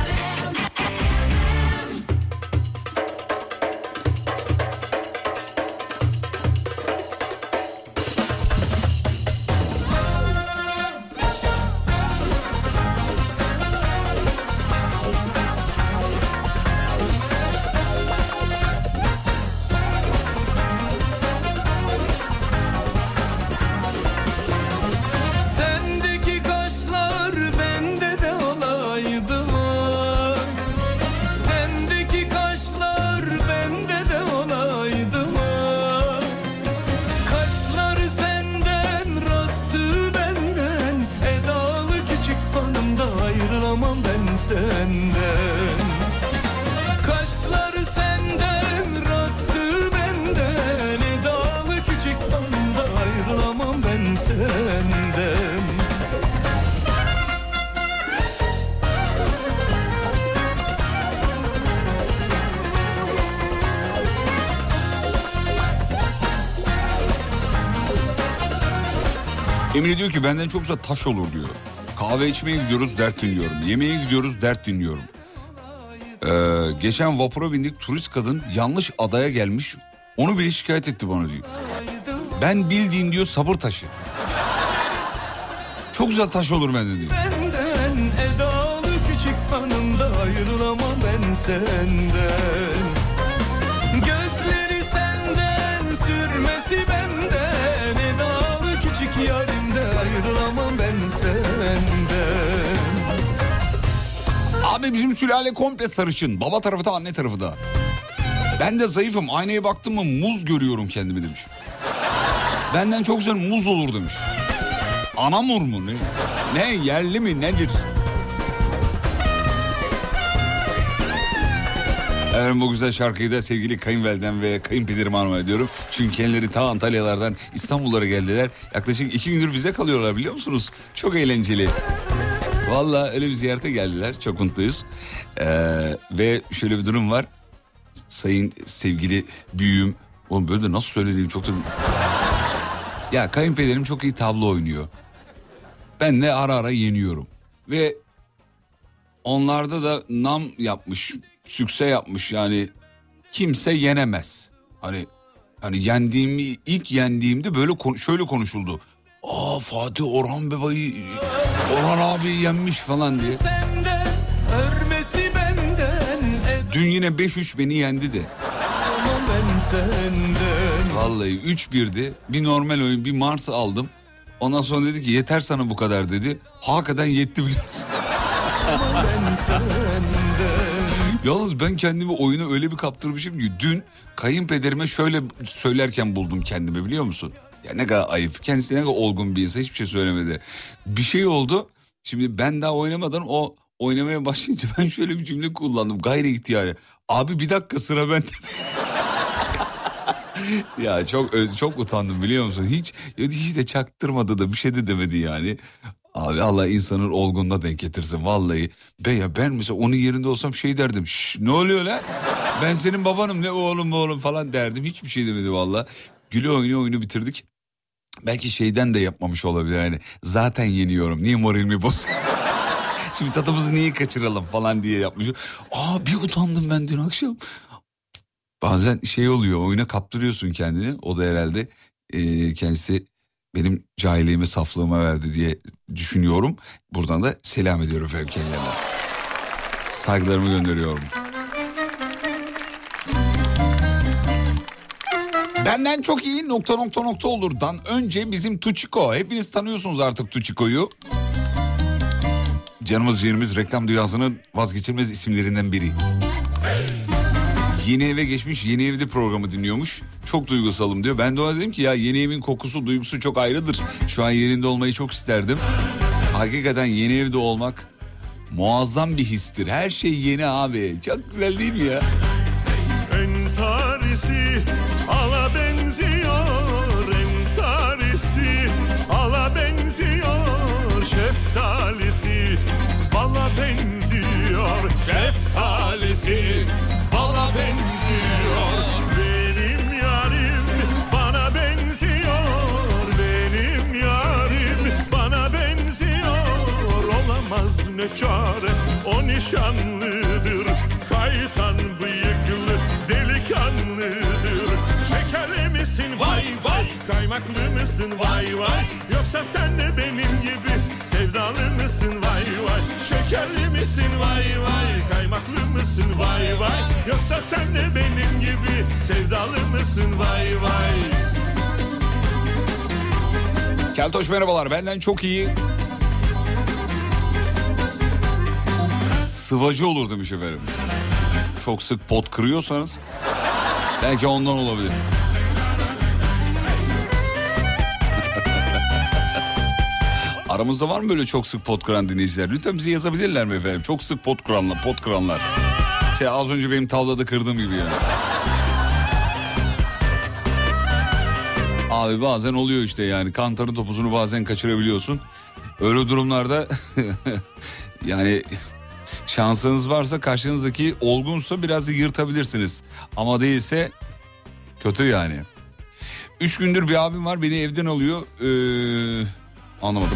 Emine diyor ki benden çok güzel taş olur diyor. Kahve içmeye gidiyoruz, dert dinliyorum. Yemeğe gidiyoruz, dert dinliyorum. Ee, geçen vapura bindik, turist kadın yanlış adaya gelmiş. Onu bile şikayet etti bana diyor. Ben bildiğin diyor sabır taşı. Çok güzel taş olur benden diyor. Benden edalı küçük hanımda ayrılamam ben senden. Gözleri senden, sürmesi benden, edalı küçük yarimde ayrılamam ben senden. Abi bizim sülale komple sarışın. Baba tarafı da anne tarafı da. Ben de zayıfım. Aynaya baktım mı muz görüyorum kendimi demiş. Benden çok güzel muz olur demiş. Anamur mu ne? Ne yerli mi nedir? Evet, bu güzel şarkıyı da sevgili kayınvalidem ve kayınpederime armağan ediyorum. Çünkü kendileri ta Antalyalardan İstanbullara geldiler. Yaklaşık iki gündür bize kalıyorlar biliyor musunuz? Çok eğlenceli. Vallahi öyle bir ziyarete geldiler. Çok mutluyuz. Ee, ve şöyle bir durum var. Sayın sevgili büyüğüm. Oğlum böyle de nasıl söylediğim çok da... Ya kayınpederim çok iyi tablo oynuyor. Ben de ara ara yeniyorum. Ve onlarda da nam yapmış, sükse yapmış yani kimse yenemez. Hani hani yendiğimi ilk yendiğimde böyle kon- şöyle konuşuldu. Aa Fatih Orhan Bebay'ı Orhan abi yenmiş falan diye. Dün yine beş üç beni yendi de. Vallahi üç birdi. Bir normal oyun, bir Mars aldım. Ondan sonra dedi ki yeter sana bu kadar dedi. Hakikaten yetti biliyor musun? Yalnız ben kendimi oyuna öyle bir kaptırmışım ki dün kayınpederime şöyle söylerken buldum kendimi biliyor musun? Ya ne kadar ayıp. Kendisi ne kadar olgun bir insan, hiçbir şey söylemedi. Bir şey oldu. Şimdi ben daha oynamadan o oynamaya başlayınca ben şöyle bir cümle kullandım. Gayri ihtiyari. Abi bir dakika sıra bende. Ya çok çok utandım biliyor musun? Hiç hiç de çaktırmadı da bir şey de demedi yani. Abi Allah insanın olgunluğuna denk getirsin vallahi. Ben ya ben mesela onun yerinde olsam şey derdim. Şşş ne oluyor lan? Ben senin babanım, ne oğlum oğlum falan derdim. Hiçbir şey demedi vallahi. Güle oyunu oyunu bitirdik. Belki şeyden de yapmamış olabilir. Yani zaten yeniyorum. Niye moralimi boz? Şimdi tadımızı niye kaçıralım falan diye yapmış. Aa bir utandım ben dün akşam. Bazen şey oluyor, oyuna kaptırıyorsun kendini. O da herhalde e, kendisi benim cahilliğime, saflığıma verdi diye düşünüyorum. Buradan da selam ediyorum efendim kendilerine. Saygılarımı gönderiyorum. Benden çok iyi nokta nokta nokta olurdan önce bizim Tuçiko. Hepiniz tanıyorsunuz artık Tuçiko'yu. Canımız ciğerimiz reklam dünyasının vazgeçilmez isimlerinden biri. Yeni eve geçmiş, yeni evde programı dinliyormuş. Çok duygusalım diyor. Ben de ona dedim ki ya yeni evin kokusu, duygusu çok ayrıdır. Şu an yerinde olmayı çok isterdim. Hakikaten yeni evde olmak muazzam bir histir. Her şey yeni abi. Çok güzel değil mi ya? Entarisi ala benziyor, entarisi ala benziyor, şeftalisi bala benziyor, şeftalisi bala benziyor. Benim yarim bana benziyor, benim yarim bana benziyor. Olamaz ne çare, o nişanlıdır, kaytan bıyıklı delikanlıdır. Şekerli misin vay vay, kaymaklı mısın vay vay, yoksa sen de benim gibi sevdalı mısın vay vay. Şekerli misin vay vay, kaymaklı mısın vay vay, yoksa sen de benim gibi sevdalı mısın vay vay. Keltoş merhabalar, benden çok iyi sıvacı olur demiş efendim. Çok sık pot kırıyorsanız belki ondan olabilir. Aramızda var mı böyle çok sık pot kıran dinleyiciler? Lütfen bize yazabilirler mi efendim? Çok sık pot kıranlar, pot kıranlar. Şey az önce benim tavlada kırdığım gibi yani. Abi bazen oluyor işte yani, kantarın topuzunu bazen kaçırabiliyorsun. Öyle durumlarda yani şansınız varsa, karşınızdaki olgunsa biraz yırtabilirsiniz. Ama değilse kötü yani. Üç gündür bir abim var, beni evden alıyor. Ee, anlamadım.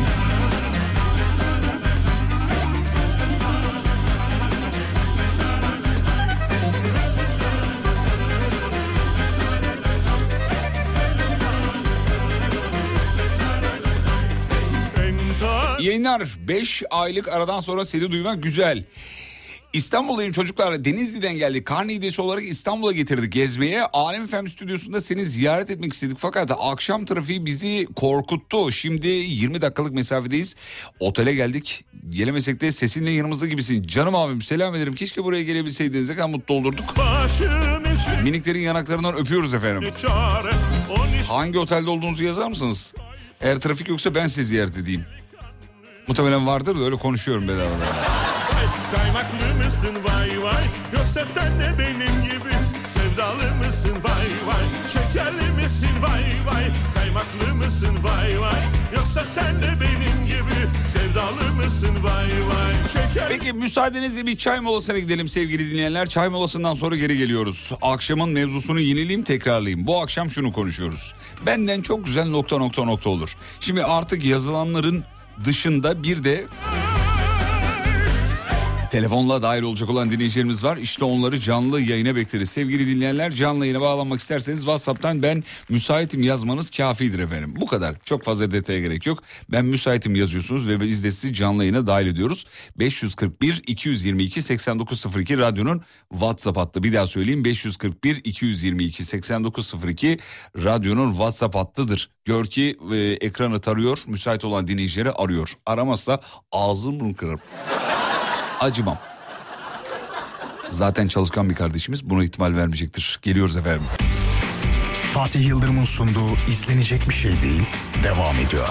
İyi yayınlar. beş aylık aradan sonra seni duymak güzel. İstanbul'dayım çocuklar. Denizli'den geldik. Karne hediyesi olarak İstanbul'a getirdik gezmeye. Alem F M stüdyosunda seni ziyaret etmek istedik. Fakat akşam trafiği bizi korkuttu. Şimdi yirmi dakikalık mesafedeyiz. Otele geldik. Gelemesek de sesinle yanımızda gibisin. Canım abim selam ederim. Keşke buraya gelebilseydiniz. Ne kadar mutlu olurduk. Miniklerin yanaklarından öpüyoruz efendim. Hangi otelde olduğunuzu yazar mısınız? Eğer trafik yoksa ben sizi ziyaret edeyim. Muhtemelen vardır da öyle konuşuyorum bedavadan. Kaymaklı mısın vay vay, yoksa sen de benim gibi sevdalı mısın vay vay. Şekerli misin vay vay, kaymaklı mısın vay vay, yoksa sen de benim gibi sevdalı mısın vay vay. Şeker... Peki müsaadenizle bir çay molasına gidelim sevgili dinleyenler. Çay molasından sonra geri geliyoruz. Akşamın mevzusunu yenileyim, tekrarlayayım. Bu akşam şunu konuşuyoruz. Benden çok güzel nokta nokta nokta olur. Şimdi artık yazılanların dışında bir de telefonla dahil olacak olan dinleyicilerimiz var. İşte onları canlı yayına bekleriz. Sevgili dinleyenler, canlı yayına bağlanmak isterseniz WhatsApp'tan ben müsaitim yazmanız kafidir efendim. Bu kadar. Çok fazla detaya gerek yok. Ben müsaitim yazıyorsunuz ve biz de sizi canlı yayına dahil ediyoruz. beş yüz kırk bir iki yüz yirmi iki seksen dokuz sıfır iki radyonun WhatsApp hattı. Bir daha söyleyeyim, beş yüz kırk bir iki yüz yirmi iki seksen dokuz sıfır iki radyonun WhatsApp hattıdır. Gör ki e, ekranı tarıyor, müsait olan dinleyicileri arıyor. Aramazsa ağzını kırarım. Acımam. Zaten çalışkan bir kardeşimiz, buna ihtimal vermeyecektir. Geliyoruz efendim. Fatih Yıldırım'ın sunduğu izlenecek bir şey değil devam ediyor.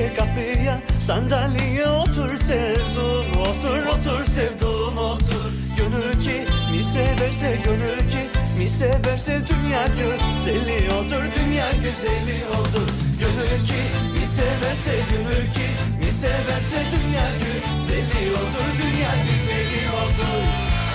Gel kapıya sandalyeye otur sevdum, otur otur sevdum otur. Gönül ki mi severse, gönül ki mi severse dünya güzeli odur, dünya güzeli odur. Gönül ki mi severse, gönül ki mi severse dünya güzeli odur, dünya güzeli odur.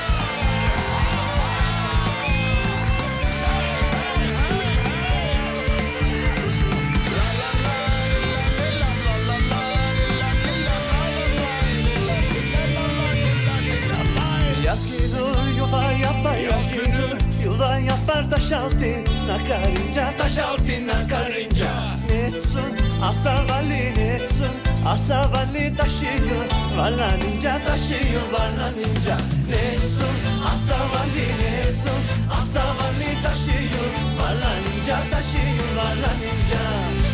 Yaz günü yuva yapar, yaz günü yuva yapar taş altına karınca, taş altına karınca. Netsun asavalli, netsun asavalli taşıyor, varlanınca taşıyor, varlanınca. Netsun asavalli, netsun asavalli taşıyor, varlanınca taşıyor, varlanınca.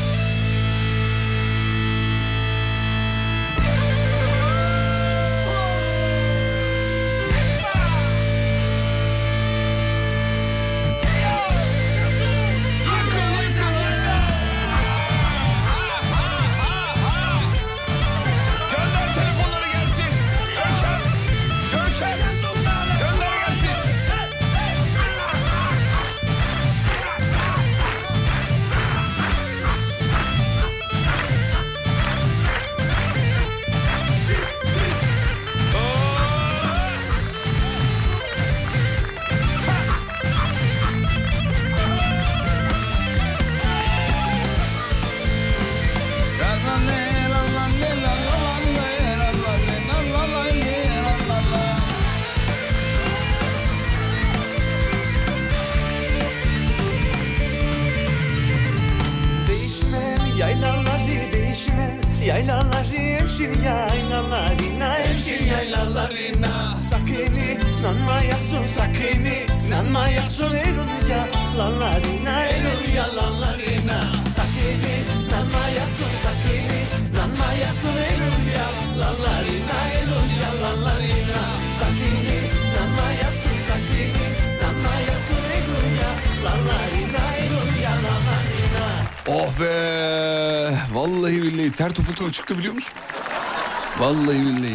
Yaylaları değişmem, yaylaları hemşir yaylalarına, hemşir yaylalarına. Sakini nanmayasın, sakini nanmayasın elun yalanlarına, elun yalanlarına. Sakini nanmayasın, sakini nanmayasın elun yalanlarına, elun yalanlarına. Sakini nanmayasın, sakini nanmayasın elun yalanlarına, elun yalanlarına. Oh be! Vallahi billahi ter topuktan çıktı biliyor musun? Vallahi billahi.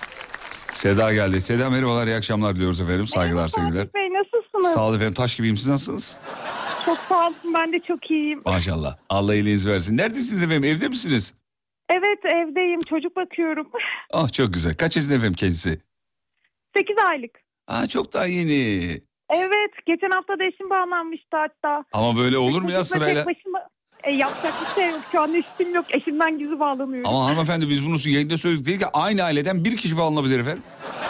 Seda geldi. Seda merhabalar, iyi akşamlar diliyoruz efendim. Saygılar, Merhaba, sevgiler. Fatih Bey, nasılsınız? Sağ olun efendim, taş gibiyim. Siz nasılsınız? Çok sağ olun, ben de çok iyiyim. Maşallah. Allah iyiliğinizi versin. Neredesiniz efendim? Evde misiniz? Evet, evdeyim, çocuk bakıyorum. Ah çok güzel. Kaç yaşında efendim kendisi? sekiz aylık. Aa çok daha yeni. Evet, geçen hafta da eşim bağlanmıştı hatta. Ama böyle olur mu ya Çocukla sırayla? tek başıma, e, yapacak bir şey yok. Şu an eşim yok, eşimden gizli bağlanıyorum. Ama hanımefendi biz bunu yayında söyledik değil ki aynı aileden bir kişi bağlanabilir efendim.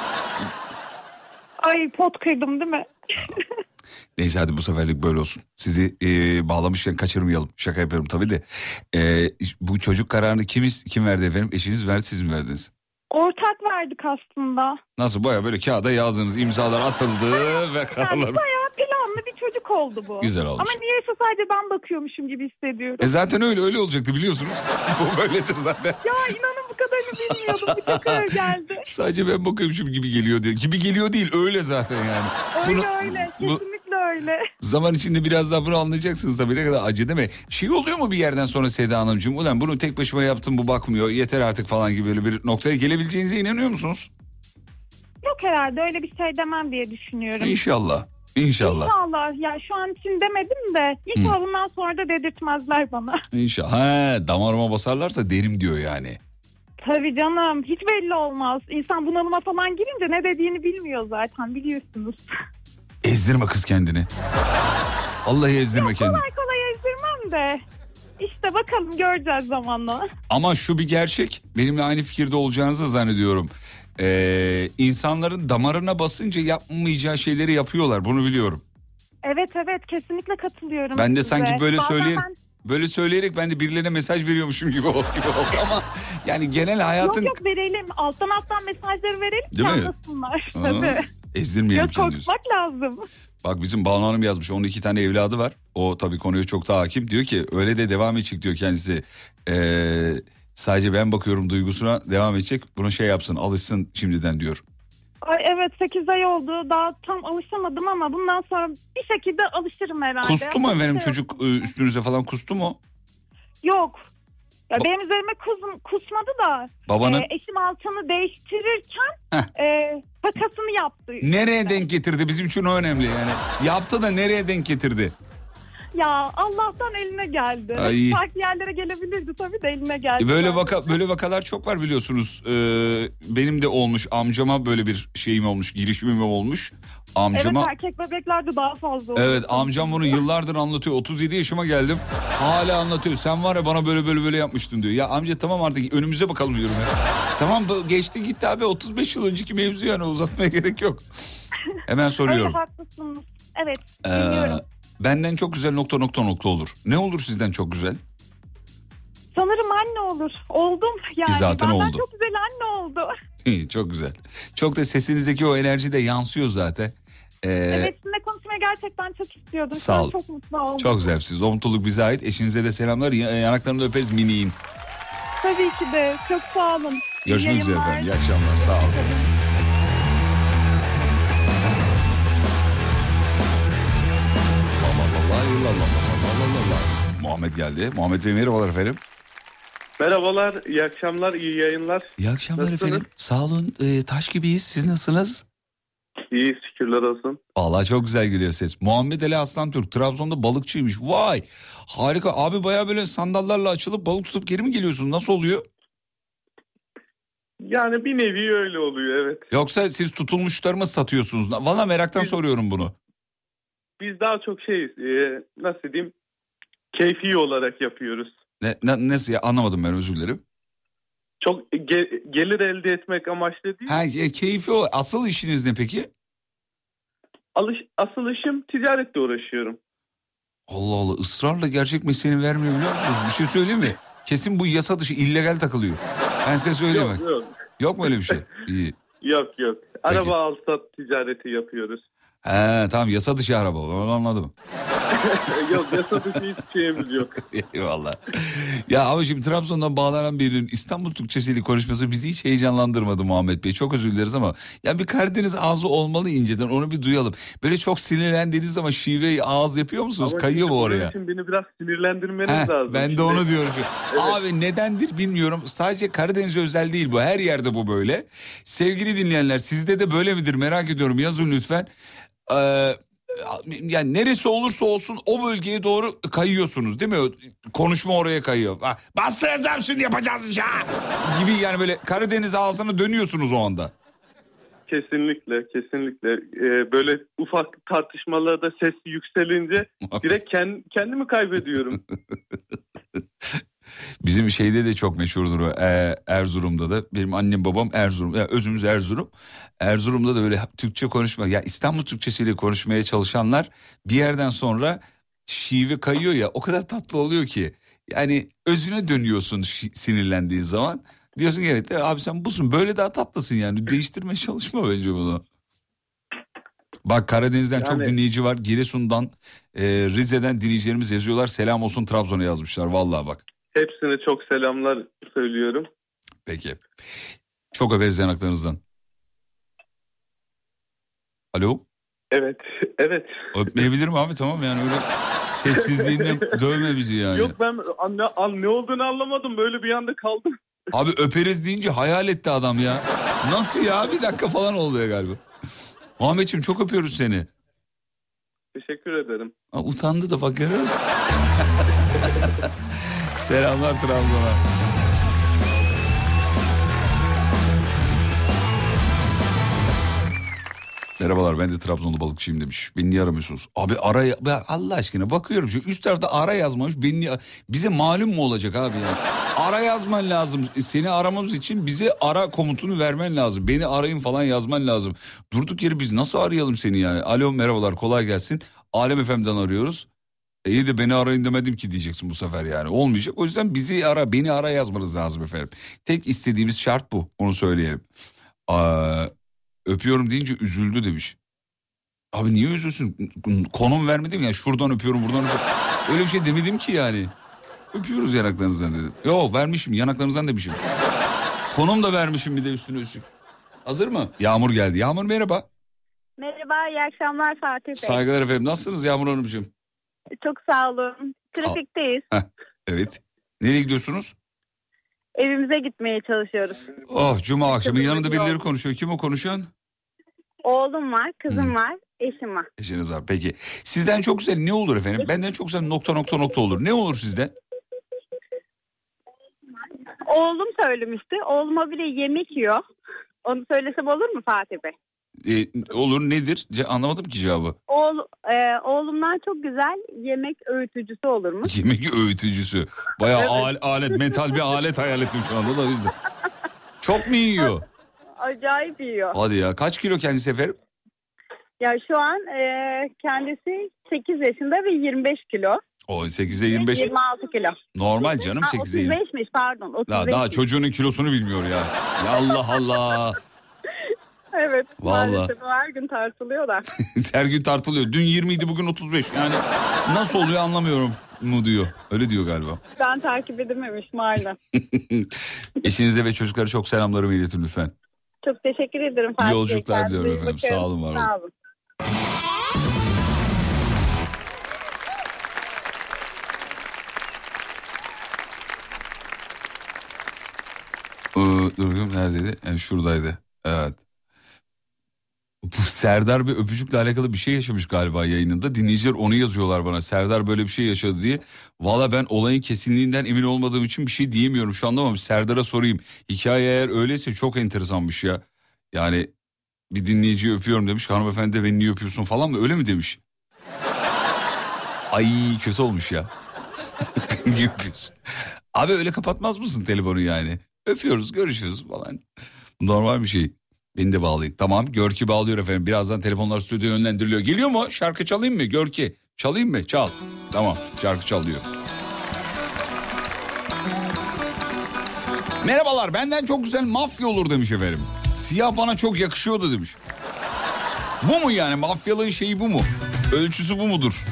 Ay pot kırdım değil mi? Neyse hadi bu seferlik böyle olsun. Sizi e, bağlamışken kaçırmayalım. Şaka yapıyorum tabii de. E, bu çocuk kararını kimiz, kim verdi efendim? Eşiniz verdi, siz mi verdiniz? Ortak verdik aslında. Nasıl, baya böyle kağıda yazdınız, imzalar atıldı ve kararlar. Yani bayağı planlı bir çocuk oldu bu. Güzel olmuş. Ama niyeyse sadece ben bakıyormuşum gibi hissediyorum. E zaten öyle öyle olacaktı biliyorsunuz. Bu böyledir zaten. Ya inanın bu kadarını bilmiyordum. Bir tek öyle geldi. Sadece ben bakıyormuşum gibi geliyor diyor. Gibi geliyor değil, öyle zaten yani. Öyle Bunu, öyle. bu, Kesinlikle öyle. zaman içinde biraz daha bunu anlayacaksınız tabii, ne kadar acı değil mi? Şey oluyor mu bir yerden sonra Seda Hanımcığım? Ulan bunu tek başıma yaptım, bu bakmıyor, yeter artık falan gibi böyle bir noktaya gelebileceğinize inanıyor musunuz? Yok herhalde, öyle bir şey demem diye düşünüyorum. İnşallah. İnşallah. İnşallah. Ya şu an için demedim de inşallah bundan sonra da dedirtmezler bana. İnşallah. He, damarıma basarlarsa derim diyor yani. Tabii canım, hiç belli olmaz. İnsan bunalıma falan girince ne dediğini bilmiyor zaten, biliyorsunuz. Ezdirme kız kendini. Vallahi ezdirme Yok, kendini. kolay kolay ezdirmem de. İşte bakalım, göreceğiz zamanla. Ama şu bir gerçek, benimle aynı fikirde olacağınızı zannediyorum. Ee, insanların damarına basınca yapmayacağı şeyleri yapıyorlar, bunu biliyorum. Evet evet, kesinlikle katılıyorum. Ben de size. sanki böyle Bazen söyleyerek ben... böyle söyleyerek ben de birilerine mesaj veriyormuşum gibi oldu, gibi oldu ama yani genel hayatın... Yok yok, verelim, alttan alttan mesajları verelim ki değil mi? anlasınlar. Aa, Tabii. ezdirmeyelim Yok, kendimizi. korkmak lazım. Bak bizim Banu Hanım yazmış, onun iki tane evladı var. O tabii konuya çok daha hakim. Diyor ki öyle de devam edecek diyor kendisi. Ee, sadece ben bakıyorum duygusuna devam edecek. Buna şey yapsın, alışsın şimdiden diyor. Ay evet, sekiz ay oldu. Daha tam alışamadım ama bundan sonra bir şekilde alışırım herhalde. Kustu mu efendim Bir şey yok. çocuk, e, üstünüze falan kustu mu? Yok. Ya Ba- benim üzerime kuzum, kusmadı da Babanın- e, eşim altını değiştirirken e, takasını yaptı. Nereye denk getirdi? Bizim için o önemli yani. Yaptı da nereye denk getirdi? Ya Allah'tan eline geldi. Ay. Farklı yerlere gelebilirdi tabii de eline geldi. E Böyle vaka böyle vakalar çok var biliyorsunuz. Ee, benim de olmuş, amcama böyle bir şeyim olmuş, girişimim olmuş. Amcama. Evet, erkek bebeklerde daha fazla oluyor. Evet, amcam bunu yıllardır anlatıyor. otuz yedi yaşıma geldim. Hala anlatıyor. Sen var ya bana böyle böyle böyle yapmıştın diyor. Ya amca tamam artık önümüze bakalım diyorum ya. Tamam bu geçti gitti abi, otuz beş yıl önceki mevzu yani, uzatmaya gerek yok. Hemen soruyorum. Öyle haklısınız. Evet, Ee, dinliyorum. benden çok güzel nokta nokta nokta olur. Ne olur sizden çok güzel? Sanırım anne olur. Oldum yani. Ki zaten Benden oldu. çok güzel anne oldu. İyi, çok güzel. Çok da sesinizdeki o enerji de yansıyor zaten. Ee, Evet, sizinle konuşmayı gerçekten çok istiyordum. Sağ Şu an ol. Çok mutlu oldum. Çok güzelsiniz. O mutluluk bize ait. Eşinize de selamlar. Ya- Yanaklarını öperiz miniğin. Tabii ki de. Çok sağ olun. İyi Görüşmek üzere yayınlar. efendim. İyi akşamlar. Sağ olun. Muhammed geldi. Muhammed Bey merhabalar efendim. Merhabalar, iyi akşamlar, iyi yayınlar. İyi akşamlar Nasılsınız? efendim. Sağ olun. Ee, taş gibiyiz. Siz nasılsınız? İyi, şükürler olsun. Vallahi çok güzel geliyor ses. Muhammed Ali Aslantürk Trabzon'da balıkçıymış. Vay harika. Abi baya böyle sandallarla açılıp balık tutup geri mi geliyorsun? Nasıl oluyor? Yani bir nevi öyle oluyor, evet. Yoksa siz tutulmuşları mı satıyorsunuz? Valla meraktan soruyorum bunu. Biz daha çok şey, e, nasıl diyeyim, keyfi olarak yapıyoruz. Ne, ne, nasıl ya, anlamadım ben, özür dilerim. Çok ge- gelir elde etmek amaçlı değil. Ha, e, keyfi o. Asıl işiniz ne peki? Alış, asıl işim ticaretle uğraşıyorum. Allah Allah, ısrarla gerçek mesleğini vermiyor biliyor musunuz? Bir şey söyleyeyim mi? Kesin bu yasa dışı, illegal takılıyor. Ben size söyleyeyim. Yok, Yok, yok. yok mu öyle bir şey? İyi. Yok yok. Araba alsat ticareti yapıyoruz. He tamam, yasa dışı araba, onu anladım. Yok, yasa dışı hiçbir şeyimiz yok. Eyvallah. Ya ama şimdi Trabzon'dan bağlanan birinin İstanbul Türkçesiyle konuşması bizi hiç heyecanlandırmadı Muhammed Bey. Çok özür dileriz ama ya bir Karadeniz ağzı olmalı inceden, onu bir duyalım. Böyle çok sinirlendiğiniz zaman şive ağız yapıyor musunuz? Ama Kayıyor mu bunun oraya? için beni biraz sinirlendirmeniz Heh, lazım. ben de Şimdi- onu diyorum. Evet. Abi nedendir bilmiyorum. Sadece Karadeniz özel değil bu. Her yerde bu böyle. Sevgili dinleyenler, sizde de böyle midir merak ediyorum. Yazın lütfen. Ee, yani neresi olursa olsun o bölgeye doğru kayıyorsunuz değil mi? Konuşma oraya kayıyor. Ha, bastıracağım şimdi, yapacağız iş ha! Gibi yani, böyle Karadeniz ağzına dönüyorsunuz o anda. Kesinlikle, kesinlikle. Ee, böyle ufak tartışmalarda ses yükselince direkt kend, kendimi kaybediyorum. Bizim şeyde de çok meşhurdur o, e, Erzurum'da da. Benim annem babam Erzurum, yani özümüz Erzurum. Erzurum'da da böyle Türkçe konuşma, ya İstanbul Türkçesiyle konuşmaya çalışanlar bir yerden sonra şive kayıyor ya, o kadar tatlı oluyor ki. Yani özüne dönüyorsun şi- sinirlendiğin zaman. Diyorsun ki evet abi sen busun, böyle daha tatlısın yani, değiştirmeye çalışma bence bunu. Bak Karadeniz'den Yani- çok dinleyici var. Giresun'dan, e, Rize'den dinleyicilerimiz yazıyorlar. Selam olsun Trabzon'a yazmışlar vallahi bak. Hepsine çok selamlar söylüyorum. Peki. Çok öperiz yanaklarınızdan. Alo? Evet, evet. Öpmeyebilirim abi, tamam yani, öyle sessizliğinden dövme bizi yani. Yok, ben ne, an- ne olduğunu anlamadım. Böyle bir anda kaldım. Abi öperiz deyince hayal etti adam ya. Nasıl ya, bir dakika falan oldu ya galiba. Muhammedciğim çok öpüyoruz seni. Teşekkür ederim. Aa, utandı da bak, görüyor musun? Selamlar Trabzon'a. Merhabalar, ben de Trabzonlu balıkçıyım demiş. Beni niye aramıyorsunuz? Abi ara, ya Allah aşkına bakıyorum şu üst tarafta ara yazmamış. Beni niye... Bize malum mu olacak abi ya? Ara yazman lazım. Seni aramamız için bize ara komutunu vermen lazım. Beni arayın falan yazman lazım. Durduk yere biz nasıl arayalım seni yani? Alo merhabalar, kolay gelsin. Alem F M'den arıyoruz. İyi de beni arayın demedim ki diyeceksin bu sefer yani. Olmayacak. O yüzden bizi ara, beni ara yazmanız lazım efendim. Tek istediğimiz şart bu. Onu söyleyelim. Aa, öpüyorum deyince üzüldü demiş. Abi niye üzülsün? Konum vermedim ya, şuradan öpüyorum buradan öpüyorum. Öyle bir şey demedim ki yani. Öpüyoruz yanaklarınızdan dedim. Yok vermişim, yanaklarınızdan demişim. Konum da vermişim bir de üstüne üstlük. Hazır mı? Yağmur geldi. Yağmur merhaba. Merhaba, iyi akşamlar Fatih Bey. Saygılar efendim. Nasılsınız Yağmur Hanımcığım? Çok sağ olun. Trafikteyiz. Heh, evet. Nereye gidiyorsunuz? Evimize gitmeye çalışıyoruz. Oh, cuma akşamı Kızım yanında gidiyor. birileri konuşuyor. Kim o konuşan? Oğlum var, kızım Hmm. var, eşim var. Eşiniz var. Peki sizden çok güzel ne olur efendim? Benden çok güzel nokta nokta nokta olur. Ne olur sizden? Oğlum söylemişti. Oğluma bile yemek yiyor. Onu söylesem olur mu Fatih Bey? Ee, olur nedir? Ce- anlamadım ki cevabı. Oğul, e, oğlumdan çok güzel yemek öğütücüsü olurmuş. Yemek öğütücüsü. Bayağı Evet. al- alet, metal bir alet hayal ettim şu anda da o yüzden. Çok mu yiyor? Acayip yiyor. Hadi ya, kaç kilo kendisi efendim? Ya şu an e, kendisi sekiz yaşında ve yirmi beş kilo. O sekize yirmi beş. yirmi altı kilo. Normal canım Ha, sekize yirmi. otuz beşmiş pardon. otuz Daha, beş. daha çocuğunun kilosunu bilmiyor ya. Ya Allah Allah. Evet. Vallahi. Maalesef her gün tartılıyor da. Her gün tartılıyor. Dün yirmi idi, bugün otuz beş. Yani nasıl oluyor anlamıyorum mu diyor. Öyle diyor galiba. Ben takip edememişim aynen. Eşinize ve çocuklara çok selamlarımı iletin lütfen. Çok teşekkür ederim İyi Fatih Bey. yolculuklar diliyorum Kendinize iyi efendim. bakın. Sağ olun, var olun. Sağ olun. Ee, dur bakayım neredeydi? Yani şuradaydı. Evet. Bu Serdar bir öpücükle alakalı bir şey yaşamış galiba yayınında. Dinleyiciler onu yazıyorlar bana. Serdar böyle bir şey yaşadı diye. Valla ben olayın kesinliğinden emin olmadığım için bir şey diyemiyorum. Şu anda ama Serdar'a sorayım. Hikaye eğer öyleyse çok enteresanmış ya. Yani bir dinleyiciyi öpüyorum demiş. Hanımefendi de beni niye öpüyorsun falan mı? Öyle mi demiş? Ay kötü olmuş ya. Beni niye öpüyorsun? Abi öyle kapatmaz mısın telefonu yani? Öpüyoruz, görüşüyoruz falan. Normal bir şey. Beni de bağlayın. Tamam, Görki bağlıyor efendim. Birazdan telefonlar stüdyoya yönlendiriliyor. Geliyor mu? Şarkı çalayım mı Görki? Çalayım mı? Çal. Tamam, şarkı çalıyor. Merhabalar, benden çok güzel mafya olur demiş efendim. Siyah bana çok yakışıyordu demiş. Bu mu yani? Mafyalığın şeyi bu mu? Ölçüsü bu mudur?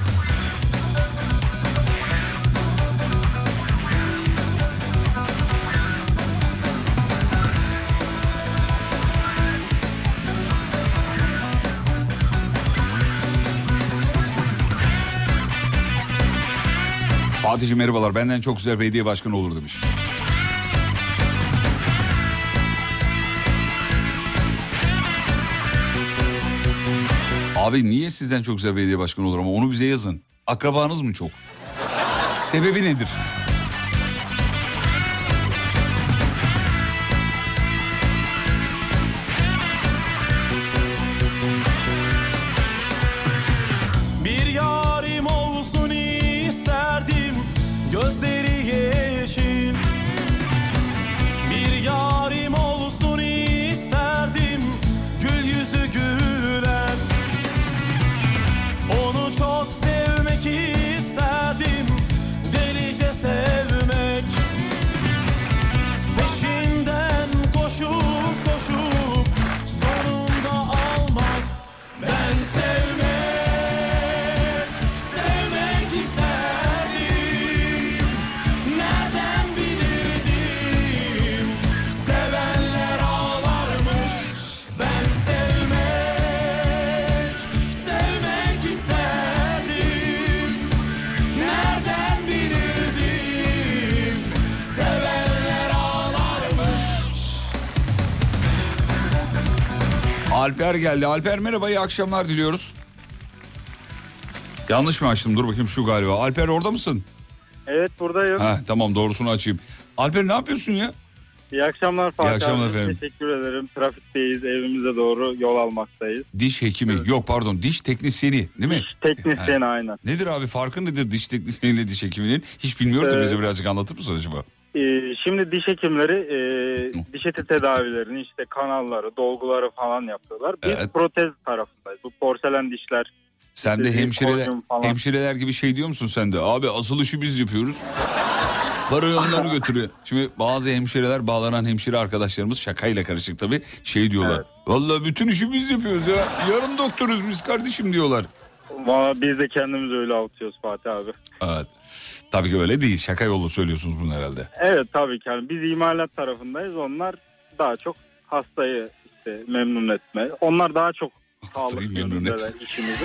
Fatih'ciğim merhabalar, benden çok güzel belediye başkanı olur demiş. Abi niye sizden çok güzel belediye başkanı olur ama onu bize yazın. Akrabanız mı çok? Sebebi nedir? Bir yarim olsun isterdim, gözleri yeşil. Bir yarim olsun isterdim, gül yüzü gülen. Onu çok sevmek isterdim, delice sevmek. Peşinden koşup koşup sonunda almak. Ben sevmek, sevmek isterdim. Nereden bilirdim, sevenler ağlarmış. Ben sevmek, sevmek isterdim. Nereden bilirdim, sevenler ağlarmış. Alper geldi. Alper merhaba, iyi akşamlar diliyoruz. Yanlış mı açtım? Dur bakayım, şu galiba. Alper orada mısın? Evet buradayım. Heh, tamam, doğrusunu açayım. Alper ne yapıyorsun ya? İyi akşamlar Fatih İyi akşamlar abi. efendim. Teşekkür ederim. Trafikteyiz. Evimize doğru yol almaktayız. Diş hekimi. Yok pardon, diş teknisyeni değil mi? Diş teknisyeni aynen. Nedir abi, farkı nedir diş teknisyeniyle diş hekiminin? Hiç bilmiyoruz da Ee, bize birazcık anlatır mısın acaba? Ee, şimdi diş hekimleri e, diş eti tedavilerini işte kanalları, dolguları falan yapıyorlar. Biz Evet. protez tarafındayız. Bu porselen dişler. Sen de dediğim hemşireler, kolyum falan. hemşireler gibi şey diyor musun sen de? Abi asıl işi biz yapıyoruz. Parayı onlar götürüyor. Şimdi bazı hemşireler, bağlanan hemşire arkadaşlarımız şakayla karışık tabii şey diyorlar. Evet. Vallahi bütün işi biz yapıyoruz ya. Yarım doktoruz biz kardeşim diyorlar. Valla biz de kendimizi öyle avutuyoruz Fatih abi. Evet. Tabii ki öyle değil. Şaka yolu söylüyorsunuz bunu herhalde. Evet tabii ki. Yani biz imalat tarafındayız. Onlar daha çok hastayı işte memnun etme. Onlar daha çok Hastayı sağlık memnun yönündeler etme. işimizi.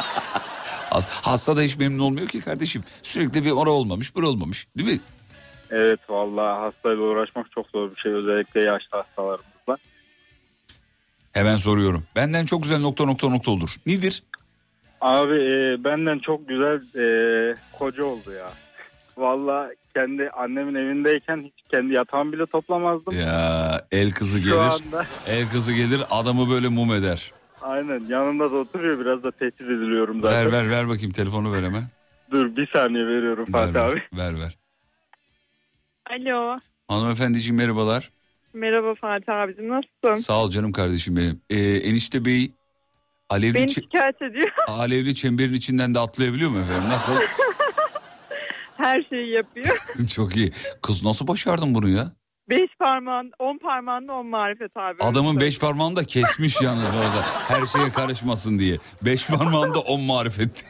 Hasta da hiç memnun olmuyor ki kardeşim. Sürekli bir ora olmamış, bura olmamış değil mi? Evet vallahi hastayla uğraşmak çok zor bir şey. Özellikle yaşlı hastalarımızla. Hemen soruyorum. Benden çok güzel nokta nokta nokta olur. Nedir? Abi e, benden çok güzel e, koca oldu ya. Vallahi kendi annemin evindeyken hiç kendi yatağımı bile toplamazdım. Ya el kızı Şu gelir. anda- El kızı gelir adamı böyle mum eder. Aynen yanımda da oturuyor, biraz da tehdit ediliyorum zaten. Ver ver ver bakayım telefonu ver hemen. Dur bir saniye veriyorum Ver Fatih ver, abi. ver ver. Alo. Hanımefendiciğim merhabalar. Merhaba Fatih abicim, nasılsın? Sağ ol canım kardeşim benim. Ee, enişte bey alevli, Beni çe- şikayet ediyor. alevli çemberin içinden de atlayabiliyor mu efendim? Nasıl? Her şeyi yapıyor. Çok iyi. Kız nasıl başardın bunu ya? Beş parmağın, on parmağında on marifet abi. Adamın beş parmağını da kesmiş yalnız orada. Her şeye karışmasın diye. Beş parmağında on marifet.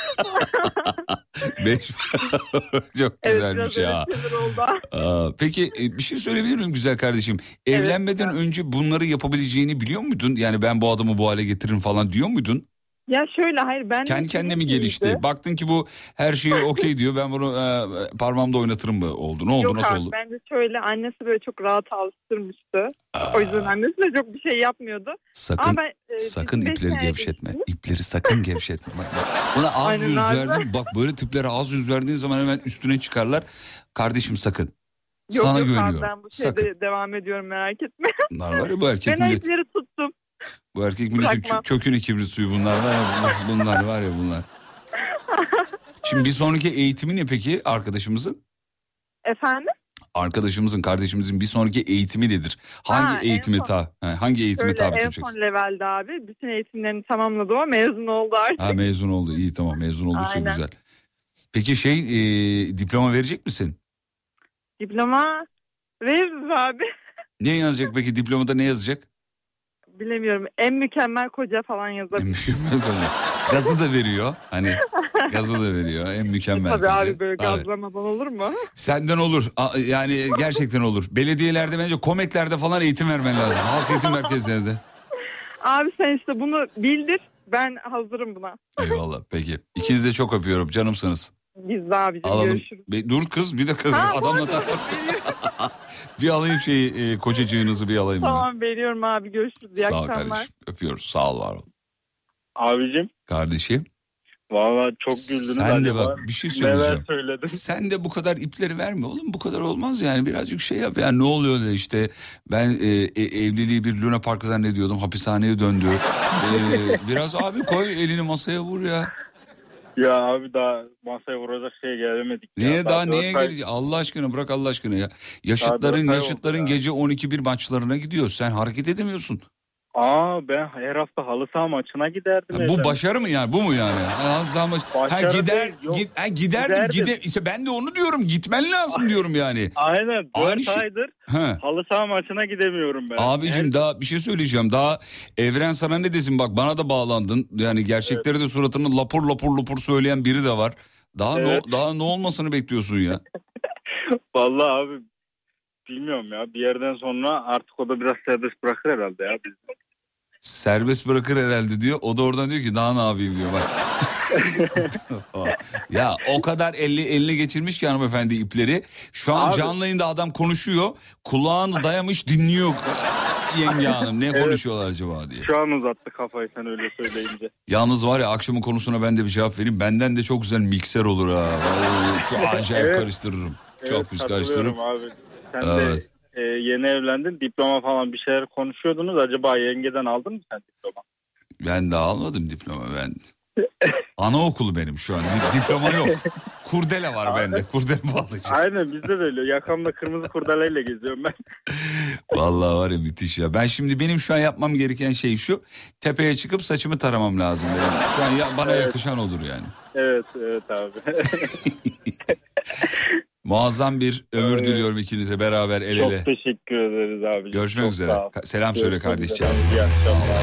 Beş çok güzelmiş evet, ya. evet, oldu. Aa, peki bir şey söyleyebilir miyim güzel kardeşim? Evlenmeden evet. önce bunları yapabileceğini biliyor muydun? Yani ben bu adamı bu hale getiririm falan diyor muydun? Ya şöyle hayır ben... Kendi kendine mi gelişti? Iyiydi. Baktın ki bu her şeyi okey diyor. Ben bunu e, parmağımda oynatırım mı oldu? Ne oldu? Yok nasıl abi, oldu? bence şöyle annesi böyle çok rahat alıştırmıştı. Aa. O yüzden annesi de çok bir şey yapmıyordu. Sakın ben, e, sakın ipleri gevşetme. Geçtim. İpleri sakın gevşetme. Buna ağız Aynen yüz abi. verdin. Bak böyle tiplere ağız yüz verdiğin zaman hemen üstüne çıkarlar. Kardeşim sakın. Yok, Sana yok güveniyorum. Abi, ben bu şeyde sakın. Devam ediyorum, merak etme. Bunlar var ya bu erkek ben millet. ipleri tuttum. Bu erkek milletin kö- köküne kibrit suyu bunlar var ya bunlar, bunlar var ya bunlar. Şimdi bir sonraki eğitimi ne peki arkadaşımızın? Efendim? Arkadaşımızın, kardeşimizin bir sonraki eğitimi nedir? Hangi ha, eğitimi ta hangi eğitimi tabi tutacaksın? En son levelde abi bütün eğitimlerini tamamladı o, mezun oldu artık. Ha mezun oldu, iyi tamam, mezun olduysa güzel. Peki şey e, diploma verecek misin? Diploma veririz abi. Ne yazacak peki, diplomada ne yazacak? Bilemiyorum, en mükemmel koca falan yazabilir. En mükemmel koca. Gazı da veriyor hani, gazı da veriyor, en mükemmel Tabii koca. Tabii abi böyle gazlamadan evet. Olur mu? Senden olur yani, gerçekten olur. Belediyelerde bence komeklerde falan eğitim vermen lazım. Halk eğitim merkezlerinde. Abi sen işte bunu bildir, ben hazırım buna. Eyvallah peki. İkinizi de çok öpüyorum, canımsınız. Biz de abicim Alalım. Görüşürüz. Be, dur kız bir dakika ha, adamla da... Bir alayım şeyi e, kocacığınızı bir alayım. Tamam hemen. Veriyorum abi, görüşürüz. İyi sağ ol akşamlar. Kardeşim, öpüyoruz, sağ ol var ol. Abicim. Kardeşim. Valla çok güldünüz. Sen de bak bir şey söyleyeceğim. Söyledim. Sen de bu kadar ipleri verme oğlum, bu kadar olmaz yani, birazcık şey yap yani. Ne oluyor da işte ben e, e, evliliği bir Luna Park zannediyordum, hapishaneye döndü. e, biraz abi koy elini masaya vur ya. Ya abi daha masaya vuracak şeye gelemedik. Niye ya. daha, daha neye ay... gelecek? Allah aşkına bırak Allah aşkına ya. Yaşıtların yaşıtların ya. Gece on iki bir maçlarına gidiyor. Sen hareket edemiyorsun. Aa ben her hafta halı saha maçına giderdim. Ha, bu başarı mı yani? Bu mu yani? Halı saha maç. Ha gider git, ha, giderdim. giderdim. Gide, işte ben de onu diyorum. Gitmen lazım Ay, diyorum yani. Aynen. dört aydır şey... halı saha maçına gidemiyorum ben. Abicim her... daha bir şey söyleyeceğim. Daha evren sana ne desin, bak bana da bağlandın. Yani gerçekleri evet. de suratını lapur lapur lapur söyleyen biri de var. Daha evet. no, daha ne olmasını bekliyorsun ya? Vallahi abi bilmiyorum ya. Bir yerden sonra artık o da biraz serbest bırakır herhalde ya. Biz... Serbest bırakır herhalde diyor. O da oradan diyor ki daha ne yapayım diyor bak. Ya o kadar elli eline geçirmiş ki hanımefendi ipleri. Şu an abi, canlı yayında adam konuşuyor. Kulağını dayamış dinliyor. Yenge hanım ne evet. konuşuyorlar acaba diye. Şu an uzattı kafayı sen öyle söyleyince. Yalnız var ya, akşamın konusuna ben de bir cevap vereyim. Benden de çok güzel mikser olur ha. Vallahi çok acayip evet. karıştırırım. Evet, çok pis karıştırırım. Abi. Sen evet. de e, yeni evlendin, diploma falan bir şeyler konuşuyordunuz. Acaba yengeden aldın mı sen diploma? Ben de almadım diploma ben. Anaokulu benim şu an. Diploma yok. Kurdele var bende. Kurdele bağlayacağım. Aynen bizde de öyle. Yakamda kırmızı kurdeleyle geziyorum ben. Vallahi var ya, müthiş ya. Ben şimdi benim şu an yapmam gereken şey şu. Tepeye çıkıp saçımı taramam lazım. Benim. Şu an ya, bana evet. yakışan olur yani. Evet evet abi. Muazzam bir ömür evet. diliyorum ikinize beraber el ele. Çok teşekkür ederiz abi. Görüşmek Çok üzere. Selam Görüşmek söyle kardeşciğim. İyi akşamlar.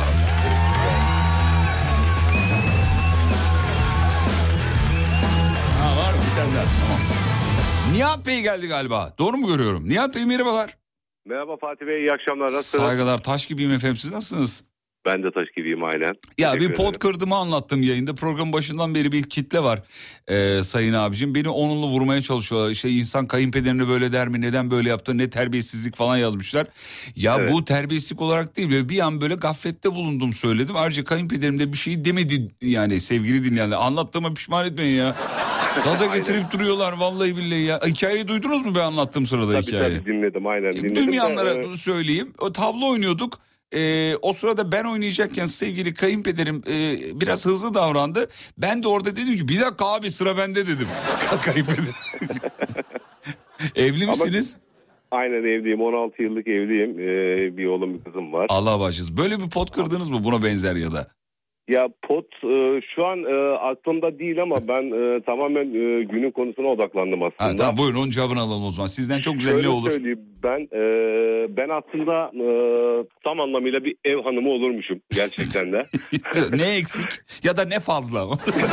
Ha var mı? Tamam. Nihat Bey geldi galiba. Doğru mu görüyorum? Nihat Bey merhabalar. Merhaba Fatih Bey, iyi akşamlar. Nasılsınız? Saygılar, taş gibiyim efendim. Siz nasılsınız? Ben de taş gibiyim aynen. Ya bir pot kırdığımı anlattım yayında. Program başından beri bir kitle var ee, sayın abicim. Beni onunla vurmaya çalışıyorlar. İşte insan kayınpederine böyle der mi? Neden böyle yaptı? Ne terbiyesizlik falan yazmışlar. Ya evet. Bu terbiyesizlik olarak değil. Böyle bir an böyle gaflette bulundum söyledim. Ayrıca kayınpederim de bir şey demedi yani sevgili dinleyenler. Anlattığıma pişman etmeyin ya. Gaza getirip duruyorlar vallahi billahi ya. Hikayeyi duydunuz mu ben anlattığım sırada tabii, hikayeyi? Tabii dinledim aynen. Dinledim Duymayanlara de, söyleyeyim. O tavla oynuyorduk. Ee, o sırada ben oynayacakken sevgili kayınpederim e, biraz hızlı davrandı. Ben de orada dedim ki bir dakika abi sıra bende dedim. Kayınpederim. Evli misiniz? Ama, aynen evliyim. on altı yıllık evliyim. Ee, bir oğlum bir kızım var. Allah bağışlasın. Böyle bir pot kırdınız mı buna benzer ya da? Ya pot e, şu an e, aklımda değil ama ben e, tamamen e, günün konusuna odaklandım aslında. Ha, tamam buyurun onun cevabını alalım o zaman. Sizden çok güzel Şöyle ne olur? Söyleyeyim, ben e, ben aslında e, tam anlamıyla bir ev hanımı olurmuşum gerçekten de. Ne eksik ya da ne fazla?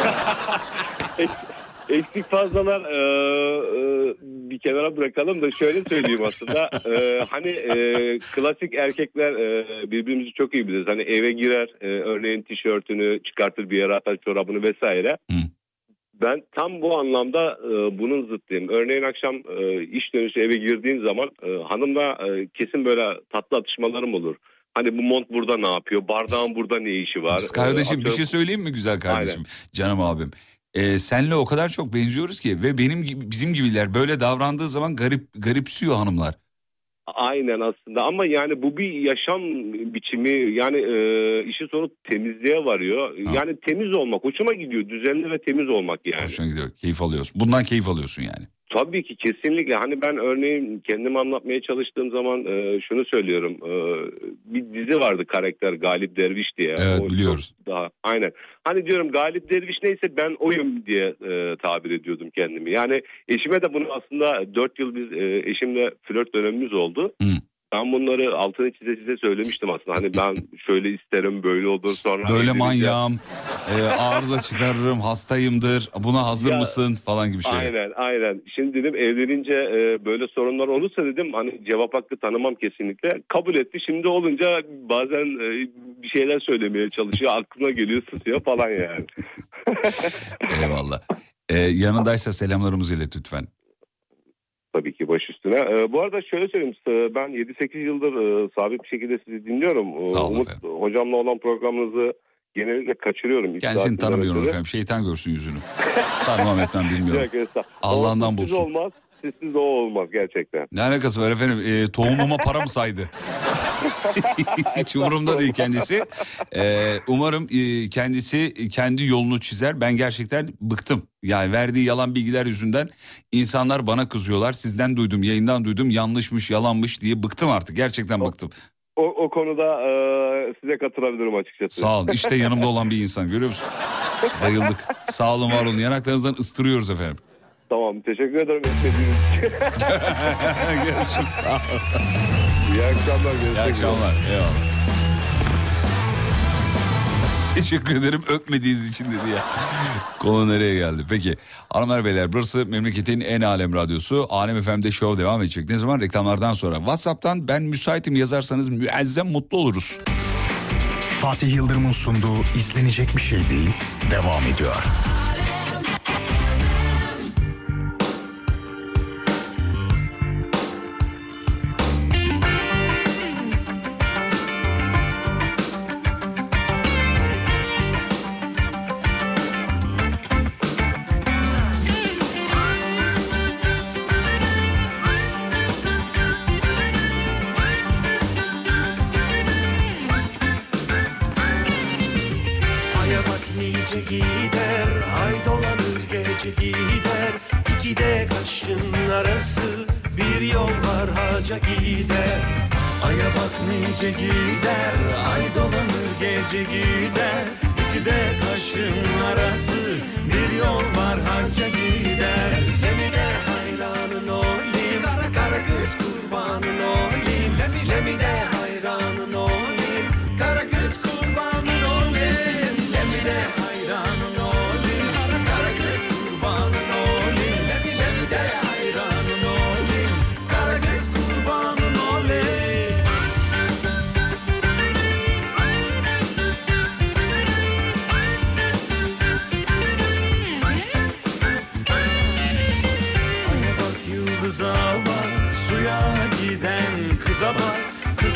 Eksik fazlalar e, e, bir kenara bırakalım da şöyle söyleyeyim aslında. E, hani e, klasik erkekler e, birbirimizi çok iyi biliriz. Hani eve girer e, örneğin tişörtünü çıkartır bir yere atar çorabını vesaire. Hı. Ben tam bu anlamda e, bunun zıttıyım. Örneğin akşam e, iş dönüşü eve girdiğin zaman e, hanımla e, kesin böyle tatlı atışmalarım olur. Hani bu mont burada ne yapıyor? Bardağın burada ne işi var? Biz kardeşim Atıyorum... bir şey söyleyeyim mi güzel kardeşim? Aynen. Canım abim. Ee, senle o kadar çok benziyoruz ki ve benim gibi bizim gibiler böyle davrandığı zaman garip garipsiyor hanımlar. Aynen aslında ama yani bu bir yaşam biçimi yani e, işin sonu temizliğe varıyor. Ha. Yani temiz olmak hoşuma gidiyor, düzenli ve temiz olmak yani. Hoşuna gidiyor, keyif alıyorsun. Bundan keyif alıyorsun yani. Tabii ki kesinlikle. Hani ben örneğin kendimi anlatmaya çalıştığım zaman e, şunu söylüyorum. E, bir dizi vardı karakter Galip Derviş diye. Evet o biliyoruz. Daha, aynen. Hani diyorum Galip Derviş neyse ben oyum diye e, tabir ediyordum kendimi. Yani eşime de bunu aslında dört yıl biz e, eşimle flört dönemimiz oldu. Hı. Ben bunları altını çize çize söylemiştim aslında. Hani ben şöyle isterim böyle olur sonra. Böyle manyağım, e, arıza çıkarırım, hastayımdır, buna hazır ya, mısın falan gibi şeyler. Aynen aynen. Şimdi dedim evlenince e, böyle sorunlar olursa dedim hani cevap hakkı tanımam kesinlikle. Kabul etti. Şimdi olunca bazen e, bir şeyler söylemeye çalışıyor. Aklına geliyor susuyor falan yani. Eyvallah. Ee, yanındaysa selamlarımızı ilet lütfen. Tabii ki baş üstüne. Ee, bu arada şöyle söyleyeyim. Ben yedi sekiz yıldır e, sabit bir şekilde sizi dinliyorum. Sağ olun Umut efendim. Hocamla olan programınızı genellikle kaçırıyorum. Kendisini tanımıyorum efendim. Şeytan görsün yüzünü. Tanımam etmem bilmiyorum. Allah'ından bulsun. Olmaz. Sizsiz o olmaz gerçekten. Ne alakası var efendim? E, tohumuma para mı saydı? Hiç umurumda değil kendisi. E, umarım e, kendisi kendi yolunu çizer. Ben gerçekten bıktım. Yani verdiği yalan bilgiler yüzünden insanlar bana kızıyorlar. Sizden duydum, yayından duydum. Yanlışmış, yalanmış diye bıktım artık. Gerçekten bıktım. O, o konuda e, size katılabilirim açıkçası. Sağ olun. İşte yanımda olan bir insan. Görüyor musun? Bayıldık. Sağ olun, var olun. Yanaklarınızdan ıstırıyoruz efendim. Tamam, teşekkür ederim etmediğiniz için. Görüşürüz, sağ olun. İyi akşamlar. İyi akşamlar, eyvallah. Teşekkür ederim öpmediğiniz için dedi ya. Konu nereye geldi? Peki hanımlar beyler burası memleketin en alem radyosu. Alem F M'de show devam edecek. Ne zaman? Reklamlardan sonra. WhatsApp'tan ben müsaitim yazarsanız müezzem mutlu oluruz. Fatih Yıldırım'ın sunduğu izlenecek bir şey değil devam ediyor. Gider, ay dolanır gece gider. İkide kaşın arası bir yol var haca gider. Aya bak nice gider, ay dolanır gece gider. İkide kaşın arası bir yol var haca gider. Lemide hayranın olayım, kara kara kız kurbanın olayım. Lemi lemi de hayranın olayım, kara kız kurbanın olayım. Lemi de hayranın olayım, kara kara kız kurbanın olayım. Lemi lemi de hayranın olayım, kara kız kurbanın olayım.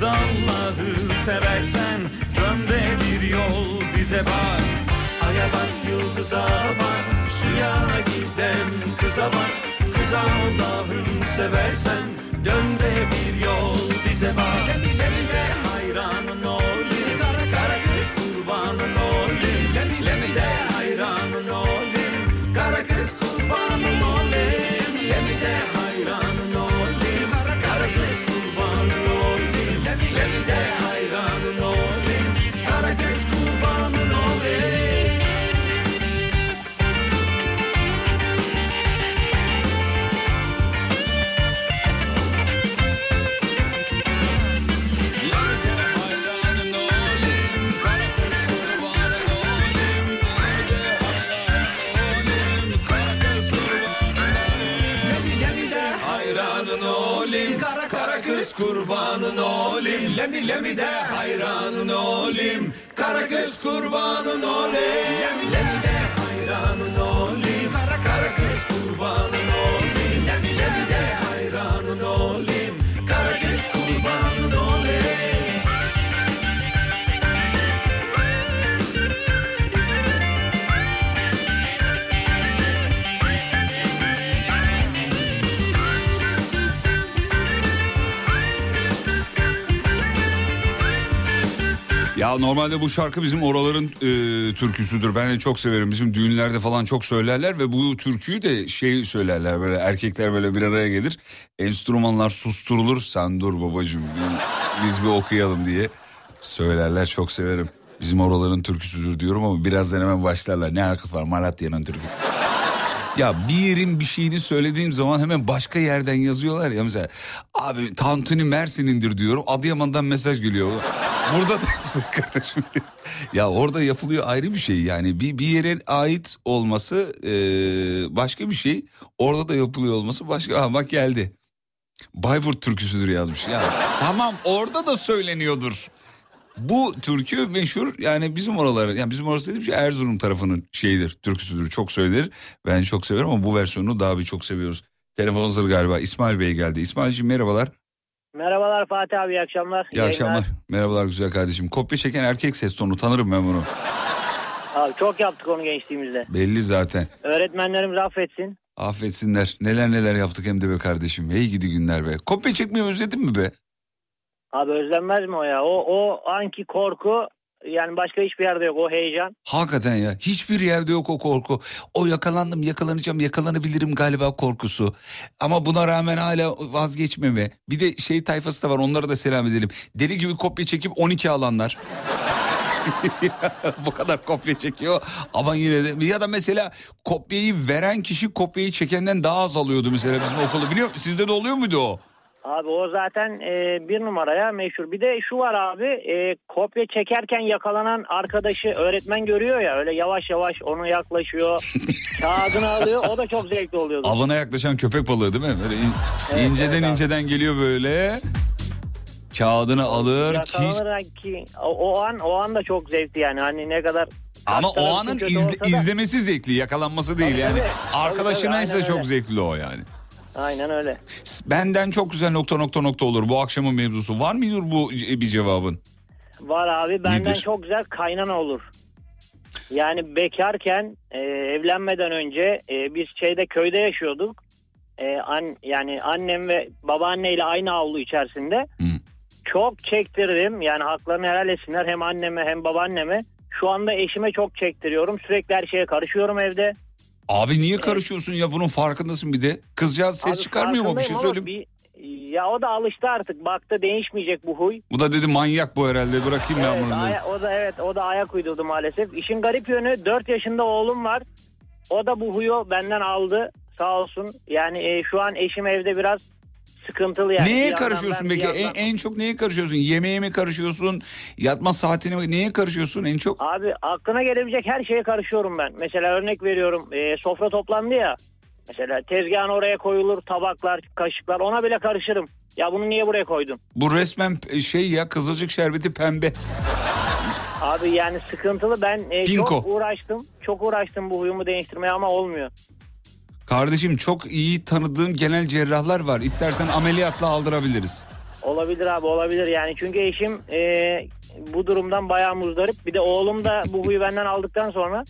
kız Allah'ı seversen dön de bir yol bize bak. Aya bak yıldıza bak, suya giden kıza bak. Kız Allah'ı seversen dön de bir yol bize bak. Lemi lemi de hayranın olayım, kara kara kız kurbanın olayım. Lemi lemi de hayranın olayım, kara kız kurbanın olayım. Lemi de hayranın olayım, kara kara kız kurbanın olayım. Lemi lemi de hayranın olayım, kara kız kurbanın olayım. Kara kara kız kurbanın olayım. Lemi lemi de hayranın olayım, kara kız kurbanın olayım. Lemi lemi de hayranın olayım, kara kara kız kurbanın olayım. Lemi lemi de hayranın olayım, kara kız kurbanın olayım. Ya normalde bu şarkı bizim oraların e, türküsüdür. Ben de çok severim. Bizim düğünlerde falan çok söylerler ve bu türküyü de şey söylerler. Böyle erkekler böyle bir araya gelir. Enstrümanlar susturulur. Sen dur babacığım biz bir okuyalım diye söylerler. Çok severim. Bizim oraların türküsüdür diyorum ama birazdan hemen başlarlar. Ne alakası var Malatya'nın türküsü. Ya bir yerin bir şeyini söylediğim zaman hemen başka yerden yazıyorlar ya, mesela abi tantuni Mersin'indir diyorum, Adıyaman'dan mesaj geliyor. Burada da kardeşim ya orada yapılıyor ayrı bir şey yani, bir bir yere ait olması e, başka bir şey, orada da yapılıyor olması başka. Aha bak geldi. Bayburt türküsüdür yazmış ya. Tamam orada da söyleniyordur. Bu türkü meşhur yani bizim oraları, yani bizim orası dediğim şey Erzurum tarafının şeyidir, türküsüdür, çok söylenir. Ben çok severim ama bu versiyonunu daha bir çok seviyoruz. Telefon hazır galiba, İsmail Bey geldi. İsmail'ciğim merhabalar. Merhabalar Fatih abi, iyi akşamlar. İyi akşamlar. Merhabalar güzel kardeşim. Kopya çeken erkek ses tonu, tanırım ben bunu. Abi çok yaptık onu gençliğimizde. Belli zaten. Öğretmenlerimiz affetsin. Affetsinler. Neler neler yaptık hem de be kardeşim. Hey gidi günler be. Kopya çekmeyi özledin mi be? Abi özlenmez mi o ya? O, o anki korku yani başka hiçbir yerde yok, o heyecan. Hakikaten ya, hiçbir yerde yok o korku. O yakalandım, yakalanacağım, yakalanabilirim galiba korkusu. Ama buna rağmen hala vazgeçmeme. Bir de şey tayfası da var, onlara da selam edelim. Deli gibi kopya çekip on iki alanlar. Bu kadar kopya çekiyor ama yine de, ya da mesela kopyayı veren kişi kopyayı çekenden daha az alıyordu mesela bizim okulda, biliyor musun? Sizde de oluyor muydu o? Abi o zaten e, bir numaraya meşhur. Bir de şu var abi, e, kopya çekerken yakalanan arkadaşı öğretmen görüyor ya, öyle yavaş yavaş onu yaklaşıyor, kağıdını alıyor, o da çok zevkli oluyordu. Avına yaklaşan köpek balığı değil mi? Böyle in, evet, inceden evet inceden geliyor böyle, kağıdını alır. Yakalanır ki o, o an o an da çok zevkli yani, hani ne kadar. Ama o anın izle, izlemesi zevkli, yakalanması değil tabii yani. Evet. Arkadaşına ise çok öyle zevkli o yani. Aynen öyle. Benden çok güzel nokta nokta nokta olur bu akşamın mevzusu. Var mıdır bu bir cevabın? Var abi, benden nedir? Çok güzel kaynana olur. Yani bekarken e, evlenmeden önce e, biz şeyde köyde yaşıyorduk. E, an, yani annem ve babaanneyle aynı avlu içerisinde. Hı. Çok çektirdim yani, haklarını helal etsinler hem anneme hem babaanneme. Şu anda eşime çok çektiriyorum, sürekli her şeye karışıyorum evde. Abi niye karışıyorsun ya, bunun farkındasın bir de. Kızcağız ses abi çıkarmıyor mu, bir şey söyleyeyim. Bir, ya o da alıştı artık, baktı değişmeyecek bu huy. Bu da dedi manyak bu herhalde, bırakayım evet, ben bunu. Aya, o da evet o da ayak uydurdu maalesef. İşin garip yönü, dört yaşında oğlum var. O da bu huyu benden aldı sağ olsun. Yani e, şu an eşim evde biraz sıkıntılı yani. Neye karışıyorsun peki? En, en çok neye karışıyorsun? Yemeğe mi karışıyorsun? Yatma saatine mi? Neye karışıyorsun en çok? Abi aklına gelebilecek her şeye karışıyorum ben. Mesela örnek veriyorum, e, sofra toplandı ya. Mesela tezgahın oraya koyulur tabaklar, kaşıklar, ona bile karışırım. Ya bunu niye buraya koydun? Bu resmen şey ya, Kızılcık şerbeti pembe. Abi yani sıkıntılı, ben e, çok uğraştım. Çok uğraştım bu huyumu değiştirmeye ama olmuyor. Kardeşim çok iyi tanıdığım genel cerrahlar var. İstersen ameliyatla aldırabiliriz. Olabilir abi, olabilir yani. Çünkü eşim e, bu durumdan bayağı muzdarip. Bir de oğlum da bu huyu benden aldıktan sonra.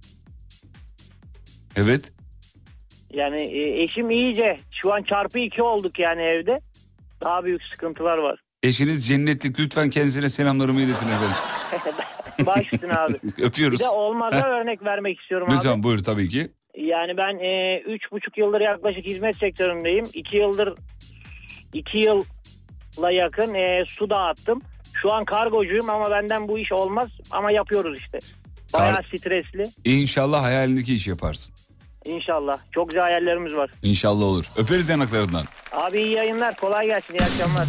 Evet. Yani e, eşim iyice şu an çarpı iki olduk yani evde. Daha büyük sıkıntılar var. Eşiniz cennetlik, lütfen kendisine selamlarımı iletin efendim. Baş üstüne abi. Öpüyoruz. Bir de olmaza örnek vermek istiyorum Lütfen, abi. Lütfen buyur tabii ki. Yani ben e, üç buçuk yıldır yaklaşık hizmet sektöründeyim. iki yıldır iki yılla yakın e, su dağıttım. Şu an kargocuyum ama benden bu iş olmaz ama yapıyoruz işte. Bayağı Kar... stresli. İnşallah hayalindeki iş yaparsın. İnşallah. Çok güzel hayallerimiz var. İnşallah olur. Öperiz yanaklarından. Abi iyi yayınlar. Kolay gelsin. İyi akşamlar.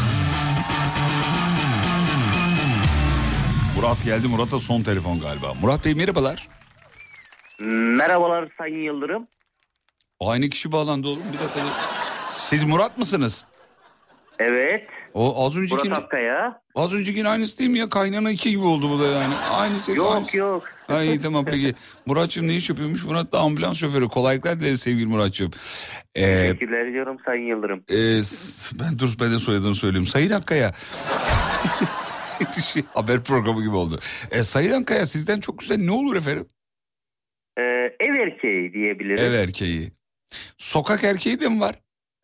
Murat geldi. Murat'a son telefon galiba. Murat Bey merhabalar. Merhabalar Sayın Yıldırım. Aynı kişi bağlandı oğlum. Bir dakika. Siz Murat mısınız? Evet. O az önceki Murat Akkaya. Az önceki aynısı değil mi ya? Kaynana iki gibi oldu bu da yani. Aynı ses. Yok aynısı. yok. Ha, iyi tamam peki. Murat'cığım ne iş yapıyormuş? Murat da ambulans şoförü. Kolaylıklar dileriz sevgili Murat'cığım. Ee, Teşekkürler ediyorum Sayın Yıldırım. E, ben dur ben de soyadını söyleyeyim. Sayın Akkaya. şey, haber programı gibi oldu. E, Sayın Akkaya sizden çok güzel ne olur efendim? Ee, ev erkeği diyebiliriz. Ev erkeği. Sokak erkeği de mi var?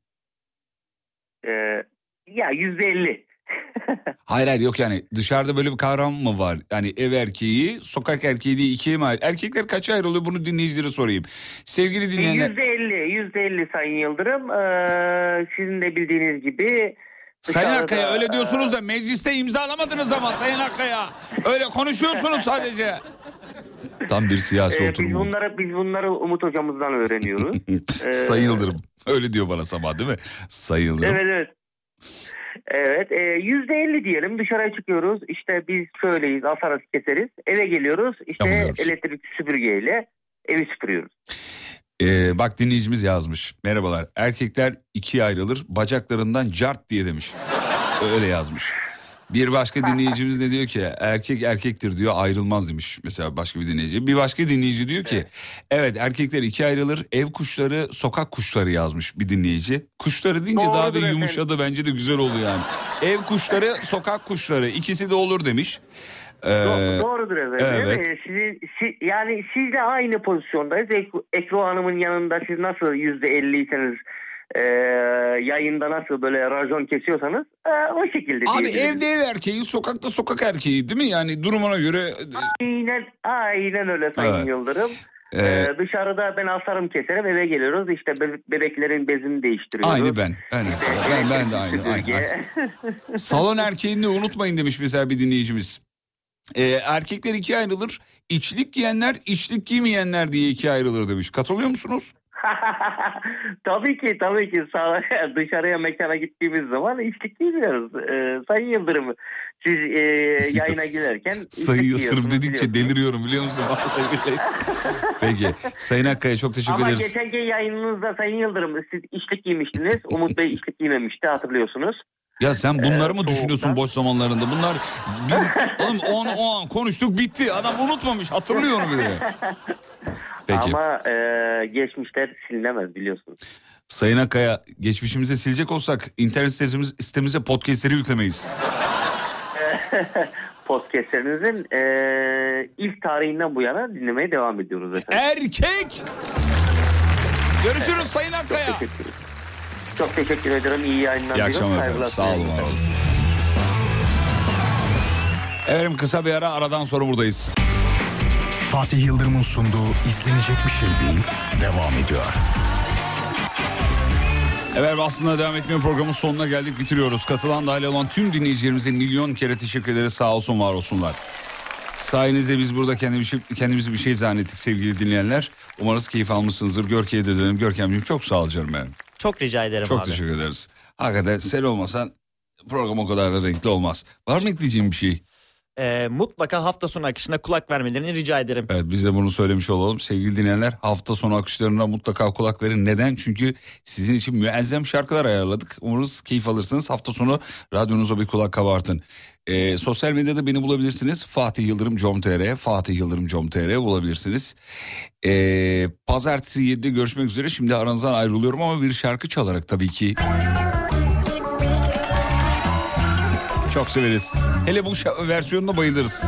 Ee, ya yüzde elli. Hayır hayır yok yani dışarıda böyle bir kavram mı var? Yani ev erkeği, sokak erkeği diye ikiye mi ayrı? Erkekler kaça ayrılıyor bunu dinleyicilere sorayım. Sevgili dinleyenler. yüzde elli, yüzde elli Sayın Yıldırım. Ee, sizin de bildiğiniz gibi. Sayın Akkaya öyle diyorsunuz da mecliste imzalamadınız ama Sayın Akkaya. Öyle konuşuyorsunuz sadece. Tam bir siyasi ee, oturum. Biz bunları, biz bunları Umut hocamızdan öğreniyoruz. ee... Sayın Yıldırım öyle diyor bana sabah değil mi? Sayın Yıldırım. Evet evet. Evet yüzde elli diyelim dışarıya çıkıyoruz işte biz şöyleyiz asarız keseriz eve geliyoruz işte Yapıyoruz. Elektrik süpürgeyle evi süpürüyoruz. Ee, bak dinleyicimiz yazmış merhabalar erkekler ikiye ayrılır bacaklarından cart diye demiş öyle yazmış. Bir başka dinleyicimiz de diyor ki erkek erkektir diyor ayrılmaz demiş mesela başka bir dinleyici. Bir başka dinleyici diyor ki evet, evet erkekler ikiye ayrılır ev kuşları sokak kuşları yazmış bir dinleyici. Kuşları deyince Doğrudur daha bir efendim. Yumuşadı bence de güzel oldu yani. Ev kuşları sokak kuşları ikisi de olur demiş. Ee, Doğrudur efendim. Evet. Ee, sizi, siz, yani siz de aynı pozisyondayız. Ek, Ekru Hanım'ın yanında siz nasıl yüzde elliyseniz Ee, yayında nasıl böyle racon kesiyorsanız e, o şekilde. Abi evde ev erkeği sokakta sokak erkeği değil mi yani durumuna göre. Aynen, aynen öyle Sayın evet. Yıldırım. Ee, ee, dışarıda ben asarım keserim eve geliyoruz işte be- bebeklerin bezini değiştiriyoruz. Aynı ben. Ben, işte, ben, ben de aynı. aynı. Salon erkeğini unutmayın demiş mesela bir dinleyicimiz. Ee, erkekler ikiye ayrılır içlik giyenler içlik giymeyenler diye ikiye ayrılır demiş. Katılıyor musunuz? Tabii ki tabii ki dışarıya mekana gittiğimiz zaman içlik giymiyoruz. Ee, Sayın Yıldırım siz e, yayına girerken Sayın Yıldırım dedikçe deliriyorum biliyor musun? Peki Sayın Akkaya çok teşekkür Ama ederiz. Ama geçenki yayınınızda Sayın Yıldırım siz içlik giymiştiniz. Umut Bey içlik giymemişti hatırlıyorsunuz. Ya sen bunları mı ee, düşünüyorsun boş zamanlarında? Bunlar bir, oğlum o an, o an konuştuk bitti. Adam unutmamış hatırlıyor onu bile. Peki. Ama e, geçmişler silinemez biliyorsunuz. Sayın Akkaya geçmişimize silecek olsak internet sitemiz, sitemize podcastleri yüklemeyiz. Podcastlerinizin e, ilk tarihinden bu yana dinlemeye devam ediyoruz efendim. Erkek! Görüşürüz Sayın Akkaya. Çok teşekkür, Çok teşekkür ederim. İyi yayınlar. İyi akşamlar efendim. Sağ olun. Efendim kısa bir ara aradan sonra buradayız. Fatih Yıldırım'ın sunduğu izlenecek bir şey değil devam ediyor. Evet aslında devam etmiyor programın sonuna geldik bitiriyoruz. Katılan dahil olan tüm dinleyicilerimize milyon kere teşekkür ederiz sağ olsun var olsunlar. Sayenizde biz burada kendimizi, kendimizi bir şey zannettik sevgili dinleyenler. Umarız keyif almışsınızdır. Görkem'e de dönelim. Görkem'ciğim çok sağ ol canım benim. Çok rica ederim çok abi. Çok teşekkür ederiz. Hakikaten sen olmasan program o kadar da renkli olmaz. Var mı ekleyeceğim bir şey? Ee, mutlaka hafta sonu akışına kulak vermelerini rica ederim. Evet biz de bunu söylemiş olalım. Sevgili dinleyenler hafta sonu akışlarına mutlaka kulak verin. Neden? Çünkü sizin için müezzem şarkılar ayarladık. Umarız keyif alırsınız. Hafta sonu radyonuza bir kulak kabartın. Ee, sosyal medyada beni bulabilirsiniz. Fatih Yıldırım nokta com nokta tr Fatih Yıldırım nokta com nokta tr bulabilirsiniz. Ee, Pazartesi yedide görüşmek üzere. Şimdi aranızdan ayrılıyorum ama bir şarkı çalarak tabii ki. Çok severiz. Hele bu versiyonuna bayılırız.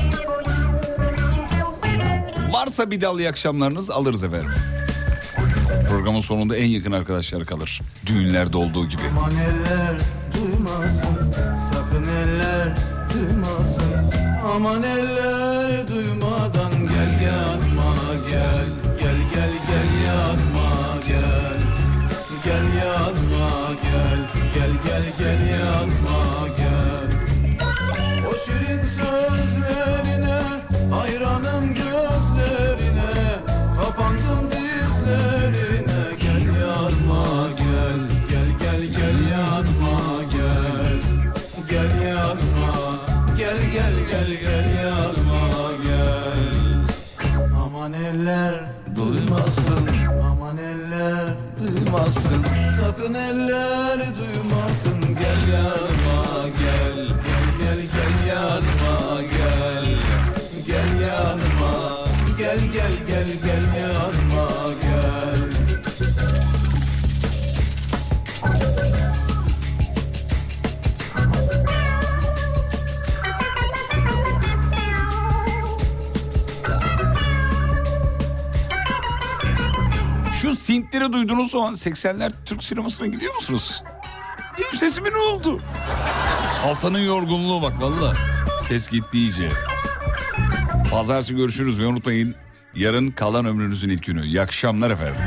Varsa bir dal iyi akşamlarınız alırız efendim. Programın sonunda en yakın arkadaşlar kalır. Düğünlerde olduğu gibi. Aman eller duymasın, sakın eller duymasın. Aman eller duymadan gel yanıma gel. Gel gel gel yanıma gel. Gel yanıma gel. Gel gel gel yanıma gel. O şirin sözlerine, hayranım gözlerine, kapandım dizlerine. Gel yanıma gel. Gel gel gel yanıma gel. Gel yanıma. Gel gel gel gel yanıma gel. Aman eller duymasın, aman eller duymasın, sakın eller duymasın. Gel yanıma gel, gel gel gel yanıma gel. Gel yanıma, gel gel gel gel yanıma gel. Şu sintleri duyduğunuz zaman seksenler Türk sinemasına gidiyor musunuz? Benim sesime ne oldu? Haftanın yorgunluğu bak valla. Ses gitti iyice. Pazartesi görüşürüz ve unutmayın yarın kalan ömrünüzün ilk günü. İyi akşamlar efendim.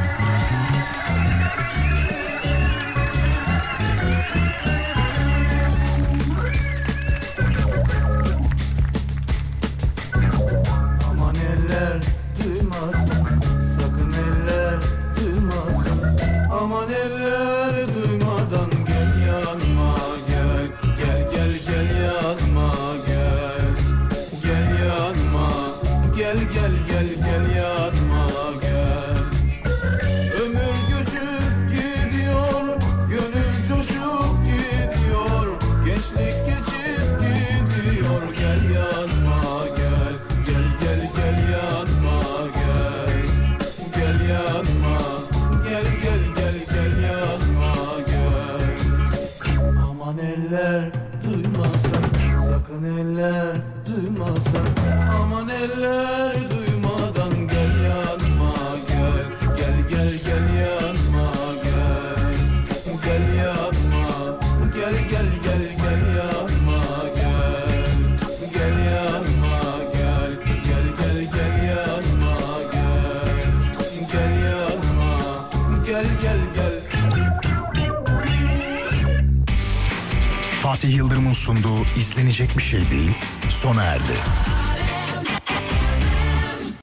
Aman eller duymasın, sakın eller duymasın. Aman eller duymadan gel yanıma gel. Gel gel gel yanıma gel. Gel yanıma. Gel gel gel gel yanıma gel. Ömür göçüp gidiyor, gönül coşup gidiyor. Gençlik geçip gidiyor. Gel yanıma gel. Gel gel gel yanıma gel. Gel yanıma. Gel gel gel gel yanıma gel. Aman eller duymasın, sakın eller duymasın. Aman eller duymadan gel yanıma gel. Gel gel gel yanıma gel. Gel yanıma. Gel gel gel gel yanıma gel. Gel yanıma gel. Gel gel gel yanıma gel. Gel yanıma. Gel gel gel. Fatih Yıldırım'ın sunduğu izlenecek bir şey değil sona erdi.